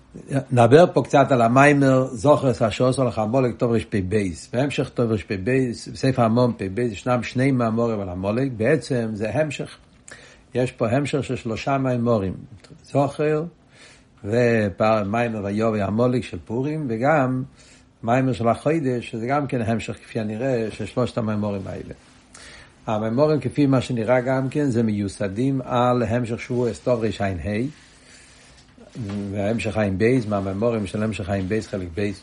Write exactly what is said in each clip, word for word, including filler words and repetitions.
נדבר פה קצת על המיימר זוכרס השוס הולך המולק טוב רשפי בייס. בהמשך טוב רשפי בייס, בספר המון פי בייס, ישנם שני מאמורים על המולק, בעצם זה המשך. יש פה המשך של שלושה מיימורים, זוכר ומיימר ויובי המולק של פורים, וגם מיימר של החוידש, שזה גם כן המשך כפי הנראה של שלושת המיימורים האלה. המיימורים כפי מה שנראה גם כן, זה מיוסדים על המשך שבוע אסטוב רש עין ה' והמשך עין בייס, מהממורים של המשך עין בייס, חלק בייס.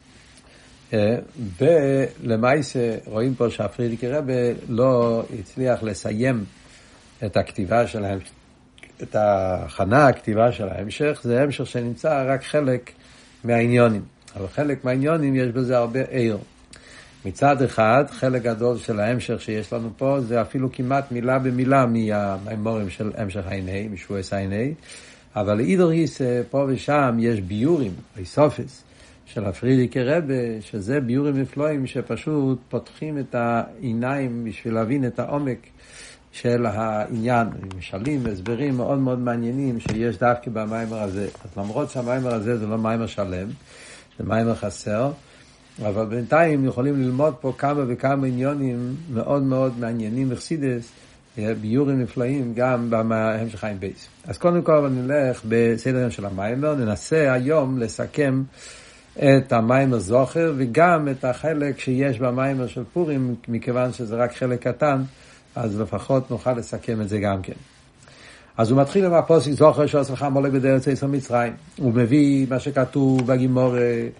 ולמעשה רואים פה שהפרידיקי רבי לא הצליח לסיים את הכתיבה של ההמשך, את ההכנה הכתיבה של ההמשך, זה המשך שנמצא רק חלק מהעניונים. אבל חלק מהעניונים יש בזה הרבה עיר. מצד אחד, חלק גדול של ההמשך שיש לנו פה, זה אפילו כמעט מילה במילה מהממורים של המשך עין ה', משבועס עין ה', אבל לאידור היס פה ושם יש ביורים, איסופס, של הפרידיקי רבי, שזה ביורים נפלאים שפשוט פותחים את העיניים בשביל להבין את העומק של העניין, משלים והסברים מאוד מאוד מעניינים שיש דווקא במיימר הזה. אז למרות שהמיימר הזה זה לא מיימר שלם, זה מיימר חסר, אבל בינתיים יכולים ללמוד פה כמה וכמה עניונים מאוד מאוד מעניינים וחסידס, ביורים נפלאים גם בהמשך עין בייס. אז קודם כל נלך בסדר של המיימר, ננסה היום לסכם את המיימר זוכר וגם את החלק שיש במיימר של פורים, מכיוון שזה רק חלק קטן, אז לפחות נוכל לסכם את זה גם כן. אז הוא מתחיל עם הפוסק זוכר שעושה לך מולק בדרך יצר מצרים. הוא מביא מה שכתוב בגימור,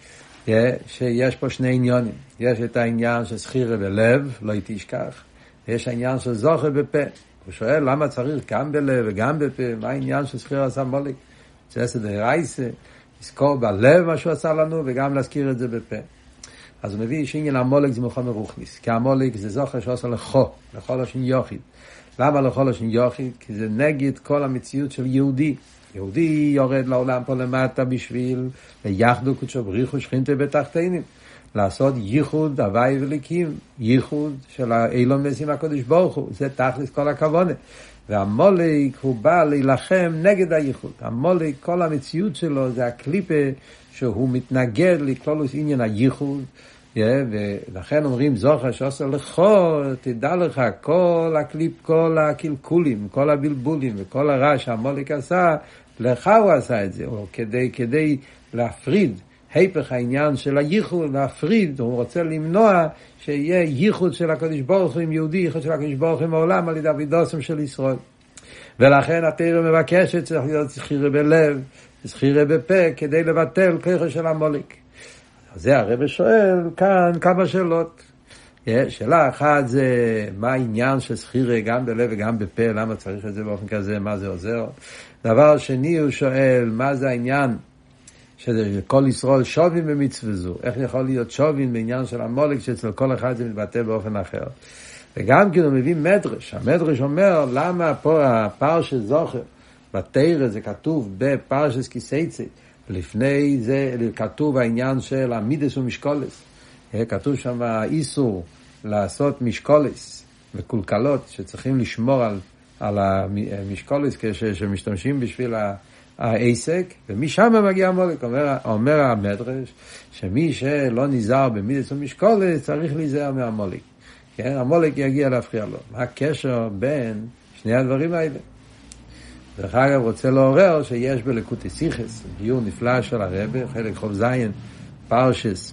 שיש פה שני עניונים. יש את העניין של סחירה בלב, לא תשכח. יש העניין של זוכר בפה. הוא שואל למה צריך גם בלב וגם בפה, מה העניין של סחירה עשה מולק? זה סדר רייסה, לזכור בלב מה שהוא עשה לנו וגם להזכיר את זה בפה. אז הוא מביא שעניין המולק זה מלחמה רוחניס, כי המולק זה זוכר שעושה לכו, לכל לשון יוחיד. למה לכל לשון יוחיד? כי זה נגד כל המציאות של יהודי. יהודי יורד לעולם פה למטה בשביל ליחדו קודשו בריחו שכינתה בתחתינים. לעשות ייחוד הוואי וליקים, ייחוד של האילון משים הקודש ברוך הוא, זה תכלס כל הכוונה. והמולק הוא בא להילחם נגד הייחוד. המולק, כל המציאות שלו זה הקליפה שהוא מתנגד לכלולוס עניין הייחוד, ולכן אומרים זוכר שעושה לך, תדע לך, כל הקליפ, כל הקלקולים, כל הבלבולים וכל הרע שהמולק עשה, לך הוא עשה את זה, או כדי, כדי להפריד היפך העניין של הייחוד, להפריד, הוא רוצה למנוע שיהיה ייחוד של הקדוש ברוך הוא עם יהודי, ייחוד של הקדוש ברוך הוא עם העולם על ידי אבידוסם של ישראל. ולכן התורה מבקשת צריך להיות סחירה בלב, סחירה בפה, כדי לבטל כוחו של המולק. זה הרב שואל כאן כמה שאלות. שאלה אחת זה מה העניין של סחירה גם בלב וגם בפה, למה צריך את זה באופן כזה, מה זה עוזר. דבר שני הוא שואל מה זה העניין שכל ישראל שובים במצווה זו, איך יכול להיות שובים בעניין של המולק שאצל כל אחד זה מתבטא באופן אחר. וגם כאילו מביא מדרש, המדרש אומר למה פה הפרשת זוכר בתורה זה כתוב בפרשת כיסייצה, לפני זה כתוב העניין של המידס ומשקולס, כתוב שם איסור לעשות משקולס וקולקלות שצריכים לשמור על, על המשקולס כשמשתמשים בשביל ה העסק, ומשם מגיע המולק. אומר, אומר המדרש שמי שלא נזהר במידס ומשקולת צריך להיזהר מהמולק. כן? המולק יגיע להפריע לו. מה הקשר בין שני הדברים האלה? דרך אגב רוצה לעורר שיש בליקוטי סיכס, דיור נפלא של הרבי, חלק חוב זין, פרשס,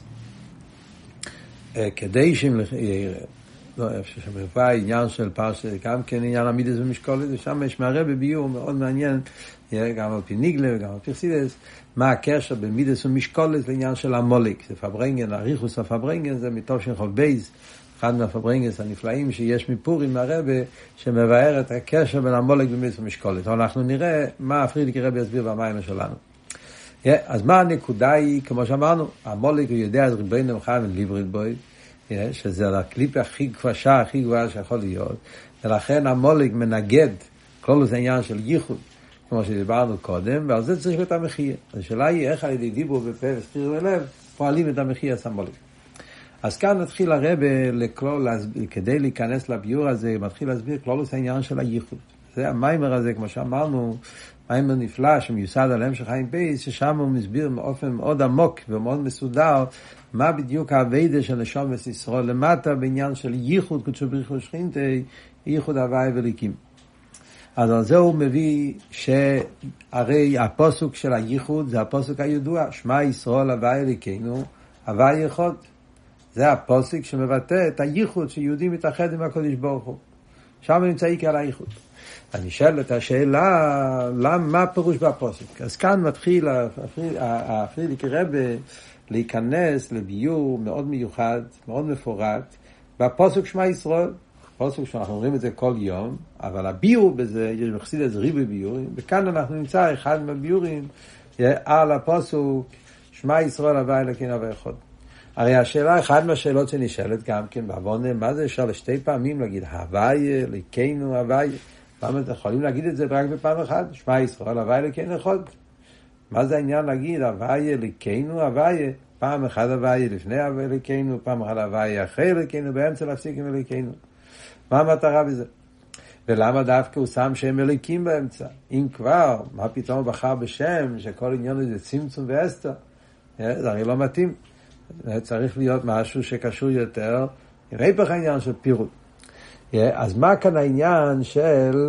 כדי שהם לא, שמרפא העניין של פרשס, גם כן עניין המידס ומשקולת, ושם יש מהרבי ביור מאוד מעניין, גם על פי ניגלה וגם על פי חסידס, מה הקשר בין מידס ומשקולת לעניין של המולק. זה פברנגן, הריחוס הפברנגן, זה מתוך של חוב בייס, אחד מהפברנגנס הנפלאים שיש מפורים מהרבי, שמבאר את הקשר בין המולק ומידס ומשקולת. אבל אנחנו נראה מה הפרידיקי רבי יסביר במיימר שלנו. אז מה הנקודה היא, כמו שאמרנו, המולק הוא יודע, אז ריבנו חייב ליבריד בוי, שזה הקליפה הכי קפשה, הכי גבוהה שיכול להיות, ולכן המולק מנגד כל זה עניין של ייחוד, כמו שדיברנו קודם, ועל זה צריך את המחיה. השאלה היא איך על ידי דיבור בפה וסחיר בלב פועלים את המחיה הסמולק. אז כאן נתחיל הרבה לכלול, כדי להיכנס לביור הזה, מתחיל להסביר כלולוס העניין של הייחוד. זה המיימר הזה, כמו שאמרנו, מיימר נפלא שמיוסד על המשך חיים בייס, ששם הוא מסביר באופן מאוד עמוק ומאוד מסודר מה בדיוק העבודה של נשומת ישראל למטה בעניין של ייחוד קדושו בריך ושכינתה, ייחוד הוואי וליקים. אז על זה הוא מביא שהרי הפסוק של הייחוד זה הפסוק הידוע, שמע ישראל הוואי אלוקינו הוואי אחד. זה הפסוק שמבטא את הייחוד שיהודי מתאחד עם הקדוש ברוך הוא. שם נמצא עיקר הייחוד. אני שואל את השאלה, למה, מה הפירוש בפסוק? אז כאן מתחיל הפרידיקי רבי להיכנס לביור מאוד מיוחד, מאוד מפורט, בפסוק שמע ישראל. פסוק שאנחנו אומרים את זה כל יום, אבל הביור בזה, יש בחסידות זה ריבוי ביורים, וכאן אנחנו נמצא אחד מהביורים על הפסוק שמע ישראל הוואי אלוקינו הוואי אחד. הרי השאלה, אחד מהשאלות שנשאלת גם כן בעוונה, מה זה אפשר לשתי פעמים להגיד הוואי אלוקינו הוואי? פעם אתם יכולים להגיד את זה רק בפעם אחת? שמע ישראל הוואי אלוקינו אחד. מה זה העניין להגיד הוואי אלוקינו הוואי? פעם אחת הוואי לפני הוואי אלוקינו, פעם אחת הוואי אחרי אלוקינו, באמצע להפסיק עם אלוקינו. מה המטרה בזה? ולמה דווקא הוא שם שם אלוקים באמצע? אם כבר, מה פתאום הוא בחר בשם שכל עניין הזה צמצום ואסתר? זה הרי לא מתאים. צריך להיות משהו שקשור יותר להפך העניין של פירוט. אז מה כאן העניין של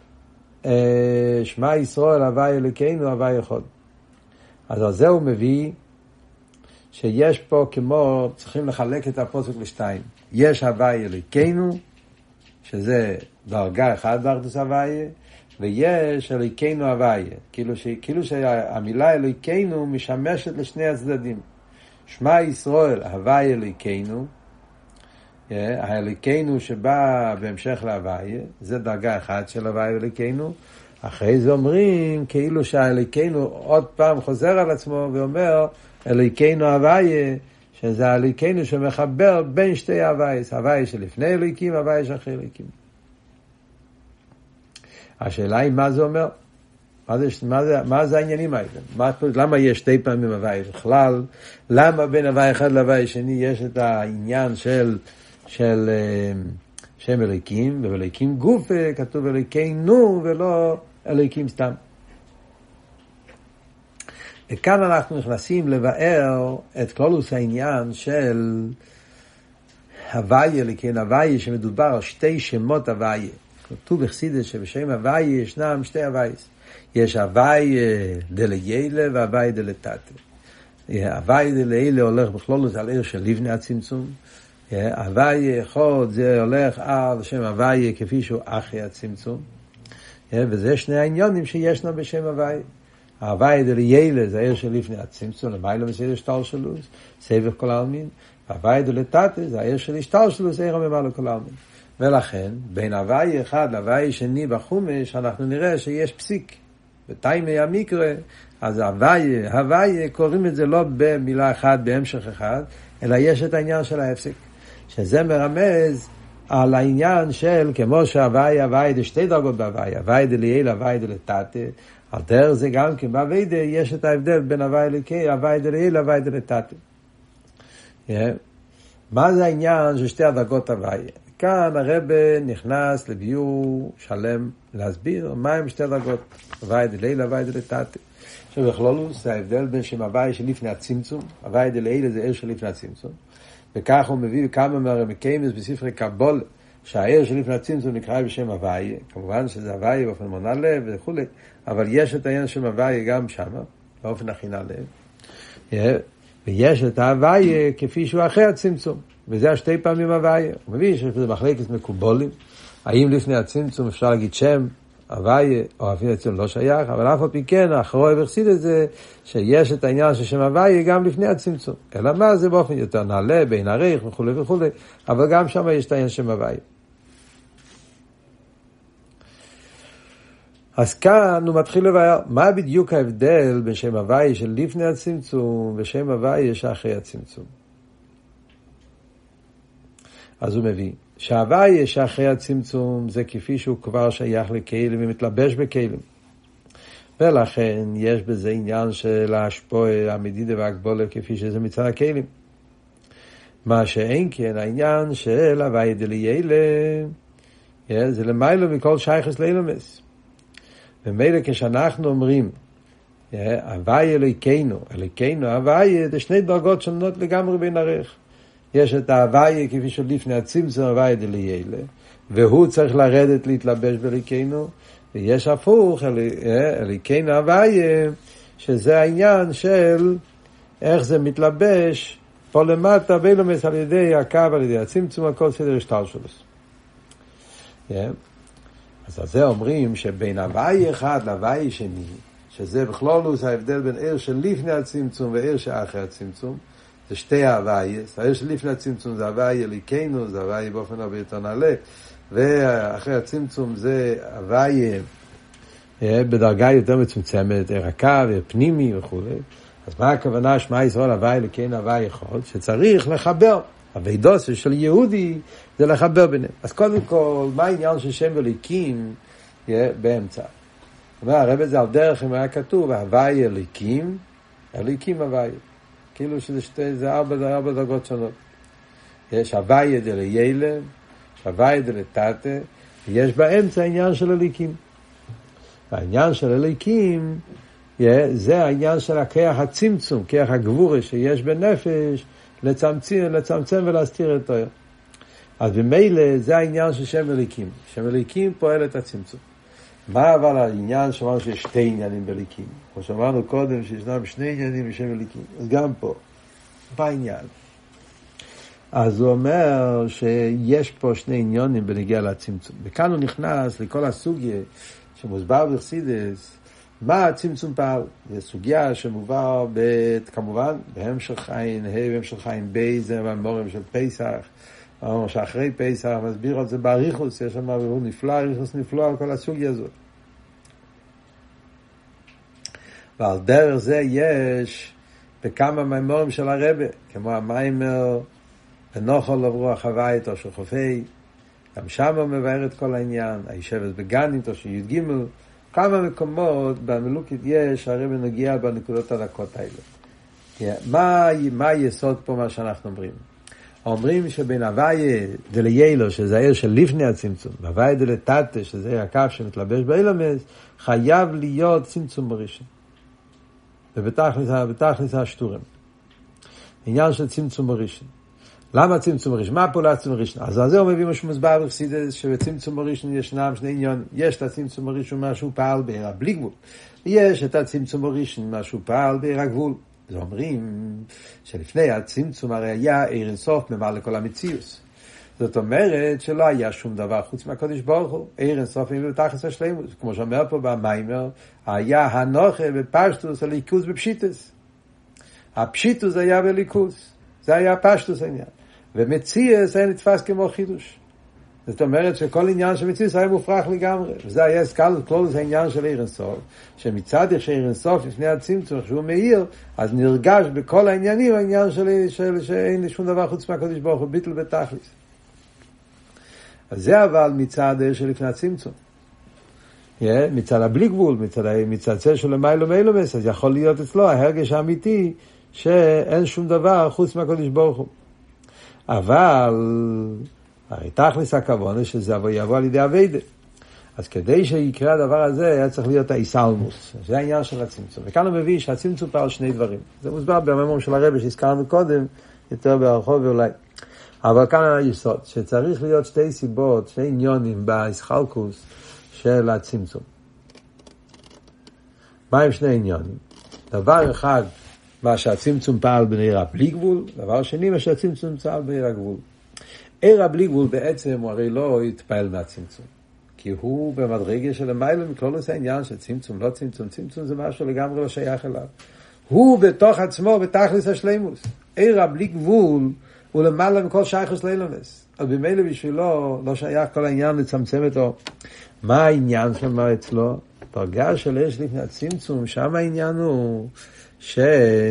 שמע ישראל הוואי אלוקינו הוואי אחד? אז על זה הוא מביא שיש פה כמו, צריכים לחלק את הפסוק לשתיים. יש הוואי אלוקינו, שזה דרגה אחת באחדות הוואי, ויש אלוקינו הוואי. כאילו, ש... כאילו שהמילה אלוקינו משמשת לשני הצדדים. שמע ישראל הוואי אלוקינו, האלוקינו שבא בהמשך להוואי, זה דרגה אחת של הוואי אלוקינו. אחרי זה אומרים כאילו שהאלוקינו עוד פעם חוזר על עצמו ואומר אלוקינו הוואי, שזה האלוקינו שמחבר בין שתי הווייס, הוואי שלפני אלוקים, הוואי שאחרי אלוקים. השאלה היא מה זה אומר? מה זה, מה זה, מה זה העניינים האלה? מה, למה יש שתי פעמים הוואי בכלל? למה בין הוואי אחד להוואי שני יש את העניין של, של שם אלוקים, ואלוקים גוף כתוב אלוקינו ולא אלוקים סתם. וכאן אנחנו נכנסים לבאר את כלולוס העניין של הוואי אלוקינו הוואי, שמדובר על שתי שמות הוואי. כתוב בחסידות שבשם הוואי ישנם שתי הווייס. יש הוואי דליילה והוואי דלתתא. הוואי דליילה הולך בכלולוס על עיר של לבני הצמצום. הוואי אחד זה הולך על שם הוואי כפי שהוא אחרי הצמצום. וזה שני העניונים שישנם בשם הוואי. הוואי דליילה זה עיר של לפני הצמצום, למעלה מסדר שטר שלוס, סבב כל העלמין. והוואי דלתתא זה העיר של שטר שלוס, עיר הממלא כל העלמין. ולכן, בין הוואי אחד להוואי שני בחומש, אנחנו נראה שיש פסיק. בתיימי המקרא, אז הוואי, הוואי, קוראים את זה לא במילה אחת, בהמשך אחד, אלא יש את העניין של ההפסיק. שזה מרמז על העניין של, כמו שהוואי, הוואי, זה שתי דרגות בהוואי, הוואי דלייל, הוואי דלתתא, על דרך זה גם כן בעבודה, יש את ההבדל בין הוואי אלוקי, הוואי דלייל, הוואי דלתתא. מה זה העניין של שתי הדרגות הוואי? כאן הרב נכנס לביור שלם להסביר מה הם שתי דרגות, הוואי דלייל, הוואי דלתתא. שבכלולוס זה ההבדל בין שם הוואי שלפני הצמצום, הוואי דלייל זה עיר שלפני הצמצום, וכך הוא מביא כמה מהרמקיימס בספרי קבול, שהעיר שלפני הצמצום נקרא בשם הוואי, כמובן שזה הוואי באופן מונה לב וכו', אבל יש את העניין של הוואי גם שם, באופן הכינה לב, ויש את הוואי כפי שהוא אחרי הצמצום, וזה השתי פעמים הוואי. הוא מביא שזה מחלקת מקובולים, האם לפני הצמצום אפשר להגיד שם הוואי, או אפילו הצמצום לא שייך, אבל אף על פי כן, אחרוי וחסיד את זה, שיש את העניין של שם הוואי גם לפני הצמצום. אלא מה זה באופן יותר נעלה, בין עריך וכו' וכו', אבל גם שם יש את העניין שם הוואי. אז כאן הוא מתחיל לבאר, מה בדיוק ההבדל בין שם הוואי של לפני הצמצום, ושם הוואי שאחרי הצמצום. אז הוא מביא, שהוואי שאחרי הצמצום זה כפי שהוא כבר שייך לכלים ומתלבש בכלים. ולכן יש בזה עניין של ההשפוע, המדידה והגבולה כפי שזה מצד הכלים. מה שאין כן העניין של הוואי דליילה, זה למיילו מכל שייכס לאילומס. ומילא כשאנחנו אומרים, הוואי אלוהינו, אלוהינו הוואי, זה שני דרגות שונות לגמרי בין ערך. יש את ההוואי כפי שלפני הצמצום, הוואי דליילה, והוא צריך לרדת להתלבש באלוהינו, ויש הפוך, אלוהינו הוואי, שזה העניין של איך זה מתלבש פה למטה באילומס על ידי הקו, על ידי הצמצום, הכל סדר השטר שלו. Yeah. אז על זה אומרים שבין הוואי אחד להוואי שני, שזה בכלולוס ההבדל בין עיר של לפני הצמצום ועיר שאחרי הצמצום, זה שתי ההווייס. העיר של לפני הצמצום זה הוואי אלוהינו, זה הוואי באופן הרבה יותר נעלה, ואחרי הצמצום זה הוואי בדרגה יותר מצומצמת, רכה ופנימי וכו'. אז מה הכוונה שמע ישראל הוואי אלוהינו הוואי אחד? שצריך לחבר. הוידוס של יהודי זה לחבר ביניהם. אז קודם כל, מה העניין של שם אלוהים באמצע? אומר הרב זה על דרך אם היה כתוב הוואי אלוהים, אלוהים הוואי. כאילו שזה שתי, זה ארבע, ארבע דרגות שונות. יש הוואי דליילה, הוואי דלתתה, ויש באמצע העניין של אלוהים. העניין של אלוהים זה העניין של הכוח הצמצום, כוח הגבורה שיש בנפש, לצמצם, לצמצם ולהסתיר את האור. אז במילא זה העניין של שם אלוהים. שם אלוהים פועל את הצמצום. מה אבל העניין שאמרנו שיש שתי עניינים באלוהים? כמו שאמרנו קודם שישנם שני עניינים בשם אלוהים. אז גם פה, בעניין. אז הוא אומר שיש פה שני עניינים בנגיע לצמצום. וכאן הוא נכנס לכל הסוגיה שמוסבר בחסידות, מה הצמצום פעל? זו סוגיה שמובא כמובן בהמשך חיים, בהמשך חיים בי, זה במורים של פסח, או שאחרי פסח, מסביר על זה באריכוס, יש שם הוא נפלא, אריכוס נפלא על כל הסוגיה הזאת. ועל דרך זה יש בכמה מהמורים של הרבי, כמו המיימר, ונוכל לברוח הוואי איתו של חופי, גם שם הוא מבאר את כל העניין, הישבת בגן איתו של י' ג' כמה מקומות במלוקית יש, הרבי נגיע בנקודות הדקות האלה. מה, מה היסוד פה מה שאנחנו אומרים? אומרים שבין הוואי דליילו, שזה העיר של לפני הצמצום, והוואי דלתתה, שזה הקו שמתלבש באילומס, חייב להיות צמצום בראשון. ובתכלס השטורם. עניין של צמצום בראשון. למה צמצום בראשון? מה הפעולה צמצום בראשון? אז על זה הוא מביא משהו מוסבר בחסידות, שבצמצום בראשון ישנם שני עניין. יש את הצמצום בראשון משהו פעל בעיר בלי גבול. יש את הצמצום בראשון משהו פעל בעיר הגבול. אז אומרים שלפני הצמצום הרי היה עיר אינסוף ממלא לכל המציאוס. זאת אומרת שלא היה שום דבר חוץ מהקדוש ברוך הוא. עיר אינסוף ממלא בתכלס השלמות. כמו שאומר פה במיימר, היה הנוחה בפשטוס הליכוס בפשיטוס. הפשיטוס היה בליכוס. זה היה פשטוס העניין. ומציאס היה נתפס כמו חידוש. זאת אומרת שכל עניין של מציאס היה מופרח לגמרי. וזה היה סקל קלולוס העניין של עיר אינסוף, שמצד איך שעיר אינסוף לפני הצמצום, שהוא מאיר, אז נרגש בכל העניינים העניין של, של, שאין שום דבר חוץ מהקדוש ברוך הוא, ביטל בתכלס. אז זה אבל מצד של לפני הצמצום. Yeah, מצד הבלי גבול, מצד, מצד זה של מיילו מיילומס, אז יכול להיות אצלו ההרגש האמיתי, שאין שום דבר חוץ מהקדוש ברוך הוא. אבל הרי תכלס הכוונה שזה יבוא על ידי הווידה. אז כדי שיקרה הדבר הזה היה צריך להיות האיסלמוס. זה העניין של הצמצום. וכאן הוא מביא שהצמצום פעל שני דברים. זה מוסבר במאמר של הרבי שהזכרנו קודם, יותר בהרחוב ואולי. אבל כאן היסוד, שצריך להיות שתי סיבות, שני עניונים באיסחלקוס של הצמצום. מה הם שני עניונים? דבר אחד, מה שהצמצום פעל בעיר הבלי גבול, דבר שני, מה שהצמצום פעל בעיר הגבול. עיר הבלי גבול בעצם הוא הרי לא יתפעל מהצמצום, כי הוא במדרגה של המילה מכלולוס העניין של צמצום, לא צמצום, צמצום זה משהו לגמרי לא שייך אליו. הוא בתוך עצמו, בתכלס השלימוס. עיר הבלי גבול הוא למעלה מכל שייכוס לאילומס. אז במילא בשבילו לא שייך כל העניין לצמצם אותו. מה העניין שמה אצלו? דרגה של עיר שלפני הצמצום, שם העניין הוא ש...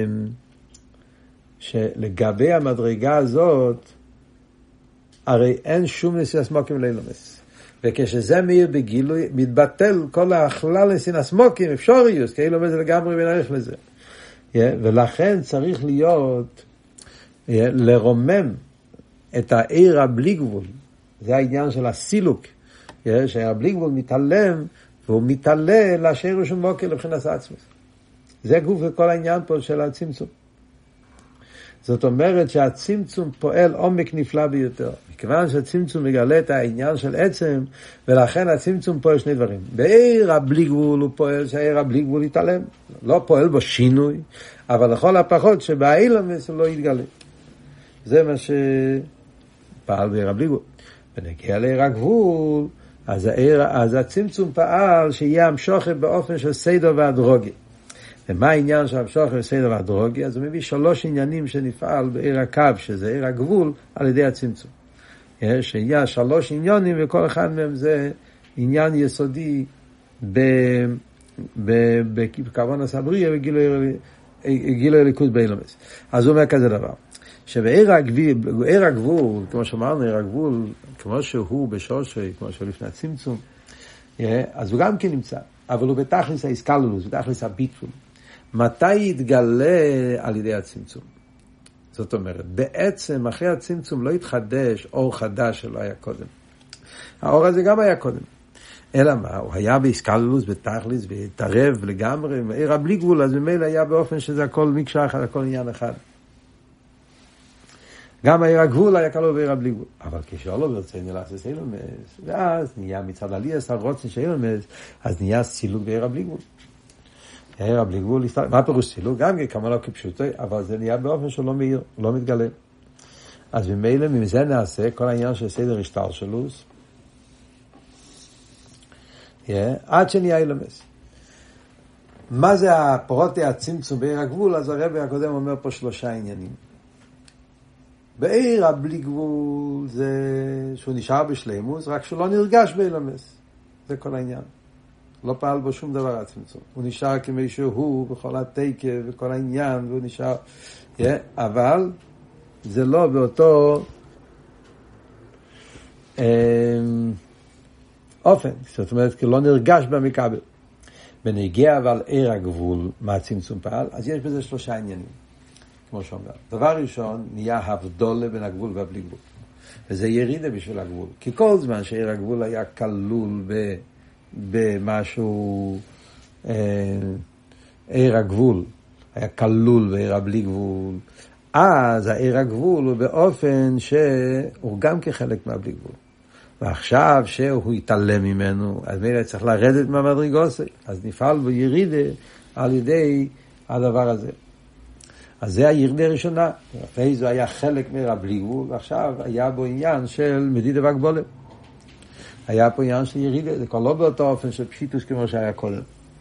שלגבי המדרגה הזאת, הרי אין שום נסיעת מוקים לאילומס. וכשזה מאיר בגילוי, מתבטל כל הכלל נסיעת מוקים, אפשריוס, כי אילומס זה לגמרי בנערך לזה. Yeah, ולכן צריך להיות, yeah, לרומם את העיר הבלי גבול. זה העניין של הסילוק. Yeah, שהעיר הבלי גבול מתעלם, והוא מתעלה לשיר ושום מוקר לבחינת עצמוס. זה גוף וכל העניין פה של הצמצום. זאת אומרת שהצמצום פועל עומק נפלא ביותר. מכיוון שהצמצום מגלה את העניין של עצם, ולכן הצמצום פועל שני דברים. בעיר הבלי גבול הוא פועל שהעיר הבלי גבול יתעלם. לא פועל בו שינוי, אבל לכל הפחות שבאילומס הוא לא יתגלה. זה מה שפעל בעיר הבלי גבול. ונגיע לעיר הגבול, אז, העיר, אז הצמצום פעל שיהיה המשוכת באופן של סדר והדרוגי. ומה העניין של המשוכת וסדר והדרוגי? אז הוא מביא שלוש עניינים שנפעל בעיר הקו, שזה עיר הגבול, על ידי הצמצום. שיהיה שלוש עניינים, וכל אחד מהם זה עניין יסודי בכוון הסבריה וגילו הליכוז באילומס. אז הוא אומר כזה דבר. שבעיר הגבול, עיר הגבול, כמו שאמרנו, עיר הגבול, כמו שהוא בשושי, כמו שהוא לפני הצמצום, אז הוא גם כן נמצא, אבל הוא בתכלס האיסקלולוס, בתכלס הביטול. מתי יתגלה על ידי הצמצום? זאת אומרת, בעצם אחרי הצמצום לא יתחדש אור חדש שלא היה קודם. האור הזה גם היה קודם. אלא מה? הוא היה באיסקלולוס, בתכלס, והתערב לגמרי, עיר הבלי גבול, אז ממילא היה באופן שזה הכל מקשה אחד, הכל עניין אחד. גם העיר הגבול היה כלול בעיר הבלי גבול. אבל כשאולו ברצני לעשות אילומס, ואז נהיה מצד עליאס הרוצן של אילומס, אז נהיה סילוק בעיר הבלי גבול. העיר הבלי גבול, מה פירוש סילוק? גם כמה לא כפשוטו, אבל זה נהיה באופן שלא מאיר, לא מתגלה. אז ממילא מזה נעשה כל העניין של סדר השתלשלוס, עד שנהיה אילומס. מה זה הפרוטי הצמצום בעיר הגבול? אז הרבי הקודם אומר פה שלושה עניינים. בעיר הבלי גבול זה שהוא נשאר בשלימוס, רק שהוא לא נרגש באילומס. זה כל העניין. לא פעל בו שום דבר הצמצום. הוא נשאר כמי שהוא בכל התקף וכל העניין, והוא נשאר... Yeah, אבל זה לא באותו אה, אופן. זאת אומרת, כי לא נרגש במקבל. בנגיע אבל עיר הגבול, מה הצמצום פעל, אז יש בזה שלושה עניינים. כמו שאומר. דבר ראשון, נהיה הבדולה בין הגבול והבלי גבול. וזה ירידה בשביל הגבול. כי כל זמן שעיר הגבול היה כלול ב, במשהו, אה, עיר הגבול היה כלול בעיר הבלי גבול, אז העיר הגבול הוא באופן שהוא גם כחלק מהבלי גבול. ועכשיו שהוא יתעלם ממנו, אז מילא צריך לרדת מהמדרגוסי. אז נפעל בו ירידה על ידי הדבר הזה. אז זה הירידה הראשונה. אחרי זה היה חלק מהבלי גבול, ועכשיו היה בו עניין של מדידה והגבולה. היה פה עניין של ירידה, זה כבר לא באותו אופן של פשיטוס כמו שהיה קודם.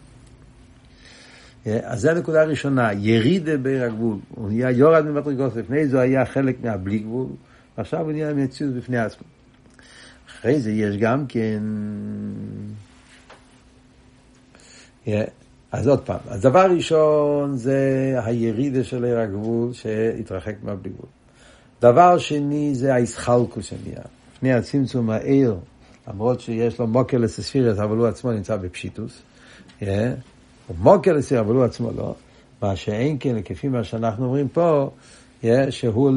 אז זה הנקודה הראשונה, ירידה בעיר הגבול. הוא נהיה יורד ממדרגות, לפני זה היה חלק מהבלי גבול, ועכשיו הוא נהיה מציאות בפני עצמו. אחרי זה יש גם כן... אז עוד פעם, אז דבר ראשון זה הירידה של עיר הגבול שהתרחק מהבלי גבול. דבר שני זה הישחלקוס שנהיה. לפני הצמצום העיר, למרות שיש לו מוקר לספירת, אבל הוא עצמו נמצא בפשיטוס. הוא מוקר לספירת, אבל הוא עצמו לא. מה שאין כן, כפי מה שאנחנו אומרים פה, שהוא,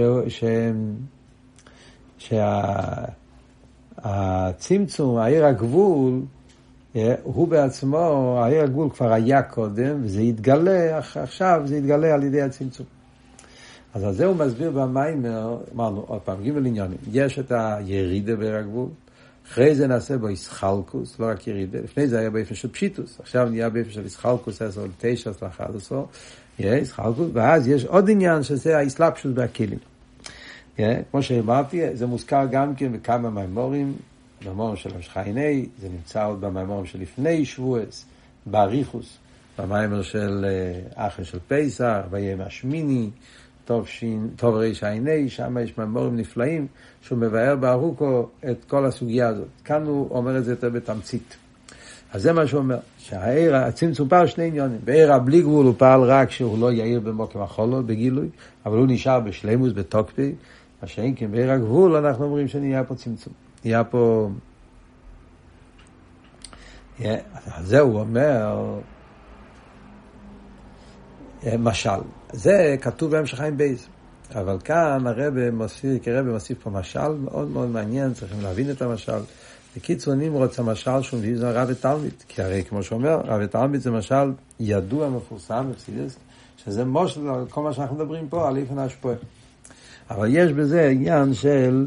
שהצמצום, העיר הגבול, הוא בעצמו, העיר הגבול כבר היה קודם, וזה יתגלה, עכשיו זה יתגלה על ידי הצמצום. אז על זה הוא מסביר במיימר, אמרנו עוד פעם, ג' עניינים, יש את הירידה בעיר הגבול, אחרי זה נעשה בו ישחלקוס, לא רק ירידה, לפני זה היה באופן של פשיטוס, עכשיו נהיה באופן של ישחלקוס, עשר לתשע, עשר לאחת עשר, ישחלקוס, ואז יש עוד עניין שזה האסלאפשוס בהכלים. כמו שאמרתי, זה מוזכר גם כן בכמה מיימורים, במיימורים של השחייני, זה נמצא עוד במיימורים של לפני שבועס, באריכוס, במיימור של אחרי של פסח, ביום השמיני, טוב, שין, טוב ריש עיני, שם יש מיימורים נפלאים, שהוא מבאר בארוכו את כל הסוגיה הזאת. כאן הוא אומר את זה יותר בתמצית. אז זה מה שהוא אומר, שהעיר, הצמצום פעל שני עניונים. בעיר הבלי גבול הוא פעל רק שהוא לא יאיר במוקם החולו, בגילוי, אבל הוא נשאר בשלימוס, בתוקפי, מה שאין כן בעיר הגבול, אנחנו אומרים שנהיה פה צמצום. נהיה פה... אז זה הוא אומר... משל. זה כתוב בהמשך חיים בייס. אבל כאן הרב מוסיף, כרב מוסיף פה משל מאוד מאוד מעניין, צריכים להבין את המשל. בקיצור נמרוץ המשל שהוא מביא זה רב ותלמיד, כי הרי כמו שאומר, רב ותלמיד זה משל ידוע מפורסם בפסידס, שזה מושל על כל מה שאנחנו מדברים פה, על איפן השפועה. אבל יש בזה עניין של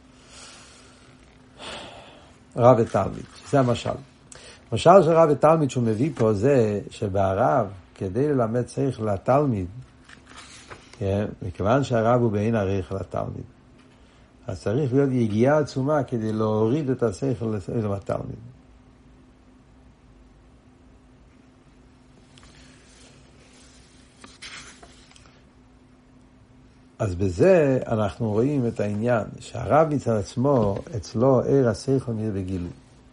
רב ותלמיד, זה המשל. המשל של רב ותלמיד שהוא מביא פה זה שבערב, כדי ללמד שכל לתלמיד, מכיוון שהרב הוא בעין עריך לתלמיד, אז צריך להיות יגיעה עצומה כדי להוריד את השכל לתלמיד. אז בזה אנחנו רואים את העניין שהרב מצד עצמו, אצלו עיר השכל מאיר בגילוי.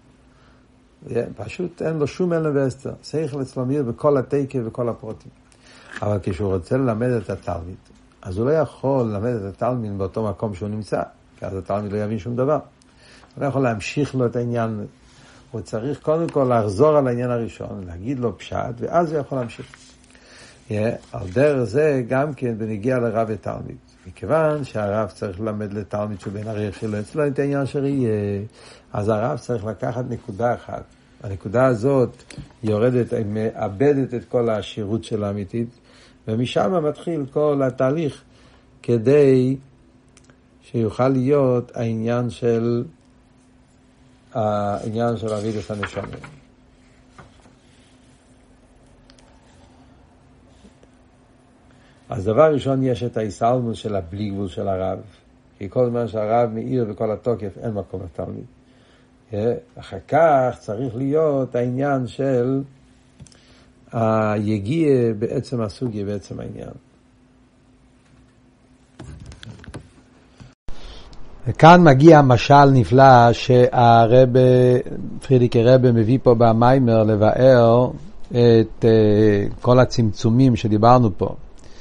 פשוט אין לו שום אלם ואסתר. שכל אצלו מאיר בכל התקף וכל הפרוטים. אבל כשהוא רוצה ללמד את התלמיד, אז הוא לא יכול ללמד את התלמיד באותו מקום שהוא נמצא, כי אז התלמיד לא יבין שום דבר. הוא לא יכול להמשיך לו את העניין. הוא צריך קודם כל לחזור על העניין הראשון, להגיד לו פשט, ואז הוא יכול להמשיך. על דרך זה גם כן בנגיע לרב ותלמיד. מכיוון שהרב צריך ללמד לתלמיד שהוא בין עריך שלו, אצלו את העניין שראייה, אז הרב צריך לקחת נקודה אחת. הנקודה הזאת יורדת, מאבדת את כל השירות של האמיתית, ומשם מתחיל כל התהליך כדי שיוכל להיות העניין של העניין של אבידס הנשמה. אז דבר ראשון יש את ההיסלמוס של הבלי גבול של הרב, כי כל זמן שהרב מאיר בכל התוקף אין מקום לתלמיד. אחר כך צריך להיות העניין של היגיע בעצם הסוגיה, בעצם העניין. וכאן מגיע משל נפלא שהרב פרידיקי רב מביא פה במיימר לבאר את כל הצמצומים שדיברנו פה.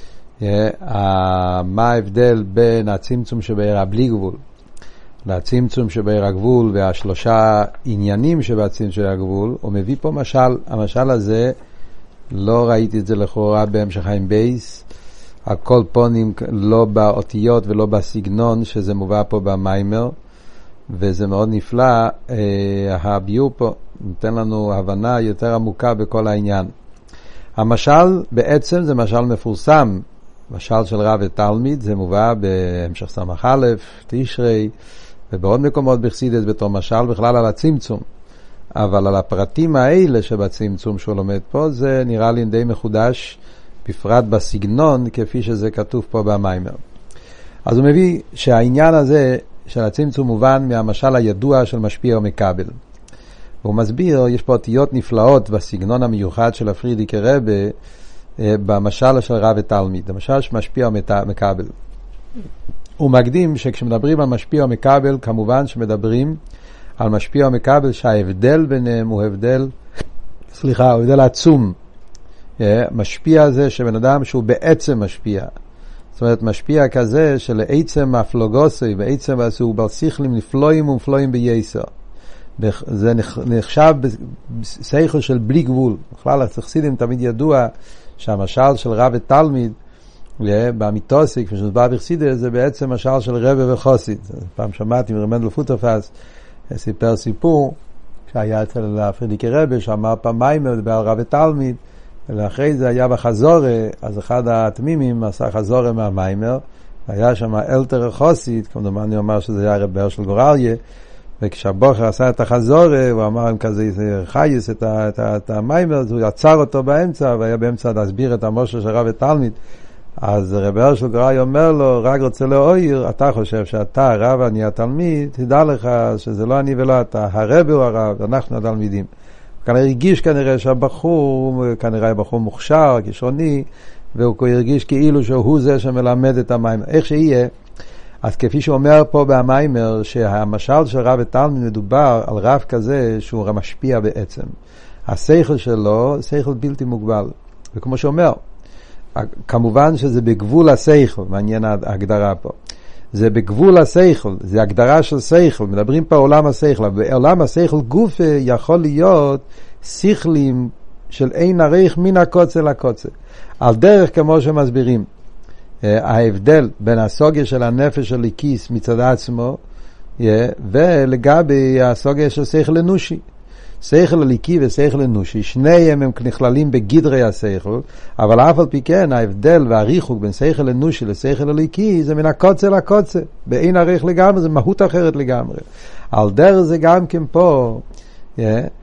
מה ההבדל בין הצמצום שבעיר הבלי גבול לצמצום שבעיר הגבול והשלושה עניינים שבצמצום של הגבול. הוא מביא פה משל, המשל הזה לא ראיתי את זה לכאורה בהמשך עם בייס, הכל פונים לא באותיות ולא בסגנון שזה מובא פה במיימר, וזה מאוד נפלא. הביור פה נותן לנו הבנה יותר עמוקה בכל העניין. המשל בעצם זה משל מפורסם, משל של רב ותלמיד, זה מובא בהמשך סמך א', תשרי, ובעוד מקומות בחסידות בתור משל בכלל על הצמצום. אבל על הפרטים האלה שבצמצום שהוא לומד פה, זה נראה לי די מחודש, בפרט בסגנון, כפי שזה כתוב פה במיימר. אז הוא מביא שהעניין הזה של הצמצום מובן מהמשל הידוע של משפיע ומקבל. והוא מסביר, יש פה אותיות נפלאות בסגנון המיוחד של הפרידיקי רבי, במשל של רב ותלמיד, המשל שמשפיע ומקבל. הוא מקדים שכשמדברים על משפיע ומקבל, כמובן שמדברים על משפיע ומקבל שההבדל ביניהם הוא הבדל, סליחה, הוא הבדל עצום. משפיע זה שבן אדם שהוא בעצם משפיע. זאת אומרת, משפיע כזה שלעצם הפלוגוסי, בעצם הוא בר שכלים נפלואים ומפלואים בייסר. זה נחשב בשכל של בלי גבול. בכלל, החסידים תמיד ידוע שהמשל של רב ותלמיד, באמיתוסי, כפי שמדובר בחסידות, זה בעצם משל של רבי וחסיד. פעם שמעתי מרמנדל פוטרפס, סיפר סיפור, שהיה אצל הפרידיקי רבי, שאמר פעמיים, מדבר על רב ותלמיד, ואחרי זה היה בחזורה, אז אחד התמימים עשה חזורה מהמיימר, היה שם אלתר חסיד, כמובן אני אומר שזה היה רבי של גורליה, וכשהבוחר עשה את החזורה, הוא אמר עם כזה חייס את, את, את המיימר, אז הוא יצר אותו באמצע, והיה באמצע להסביר את המושל של רב ותלמיד. אז רבי של גורליה אומר לו, רק רוצה להועיר, אתה חושב שאתה הרב, אני התלמיד, תדע לך שזה לא אני ולא אתה, הרבי הוא הרב, אנחנו התלמידים. כנראה הרגיש כנראה שהבחור, כנראה בחור מוכשר, כישרוני, והוא הרגיש כאילו שהוא זה שמלמד את המיימר. איך שיהיה, אז כפי שאומר פה במיימר, שהמשל של רב ותלמיד מדובר על רב כזה שהוא משפיע בעצם. השכל שלו, שכל בלתי מוגבל. וכמו שאומר, כמובן שזה בגבול השכל, מעניין ההגדרה פה. זה בגבול השכל, זה הגדרה של שכל, מדברים פה עולם השכל, בעולם השכל גוף יכול להיות שכלים של אין עריך מן הקוצה לקוצה. על דרך כמו שמסבירים, ההבדל בין הסוגיה של הנפש של הכיס מצד עצמו, ולגבי הסוגיה של שכל אנושי. שכל הליקי ושכל אנושי, שניהם הם נכללים בגדרי השכל, אבל אף על פי כן ההבדל והריחוק בין שכל אנושי לשכל הליקי זה מן הקוצה לקוצה, באין ערך לגמרי, זה מהות אחרת לגמרי. על דרך זה גם כן פה, yeah,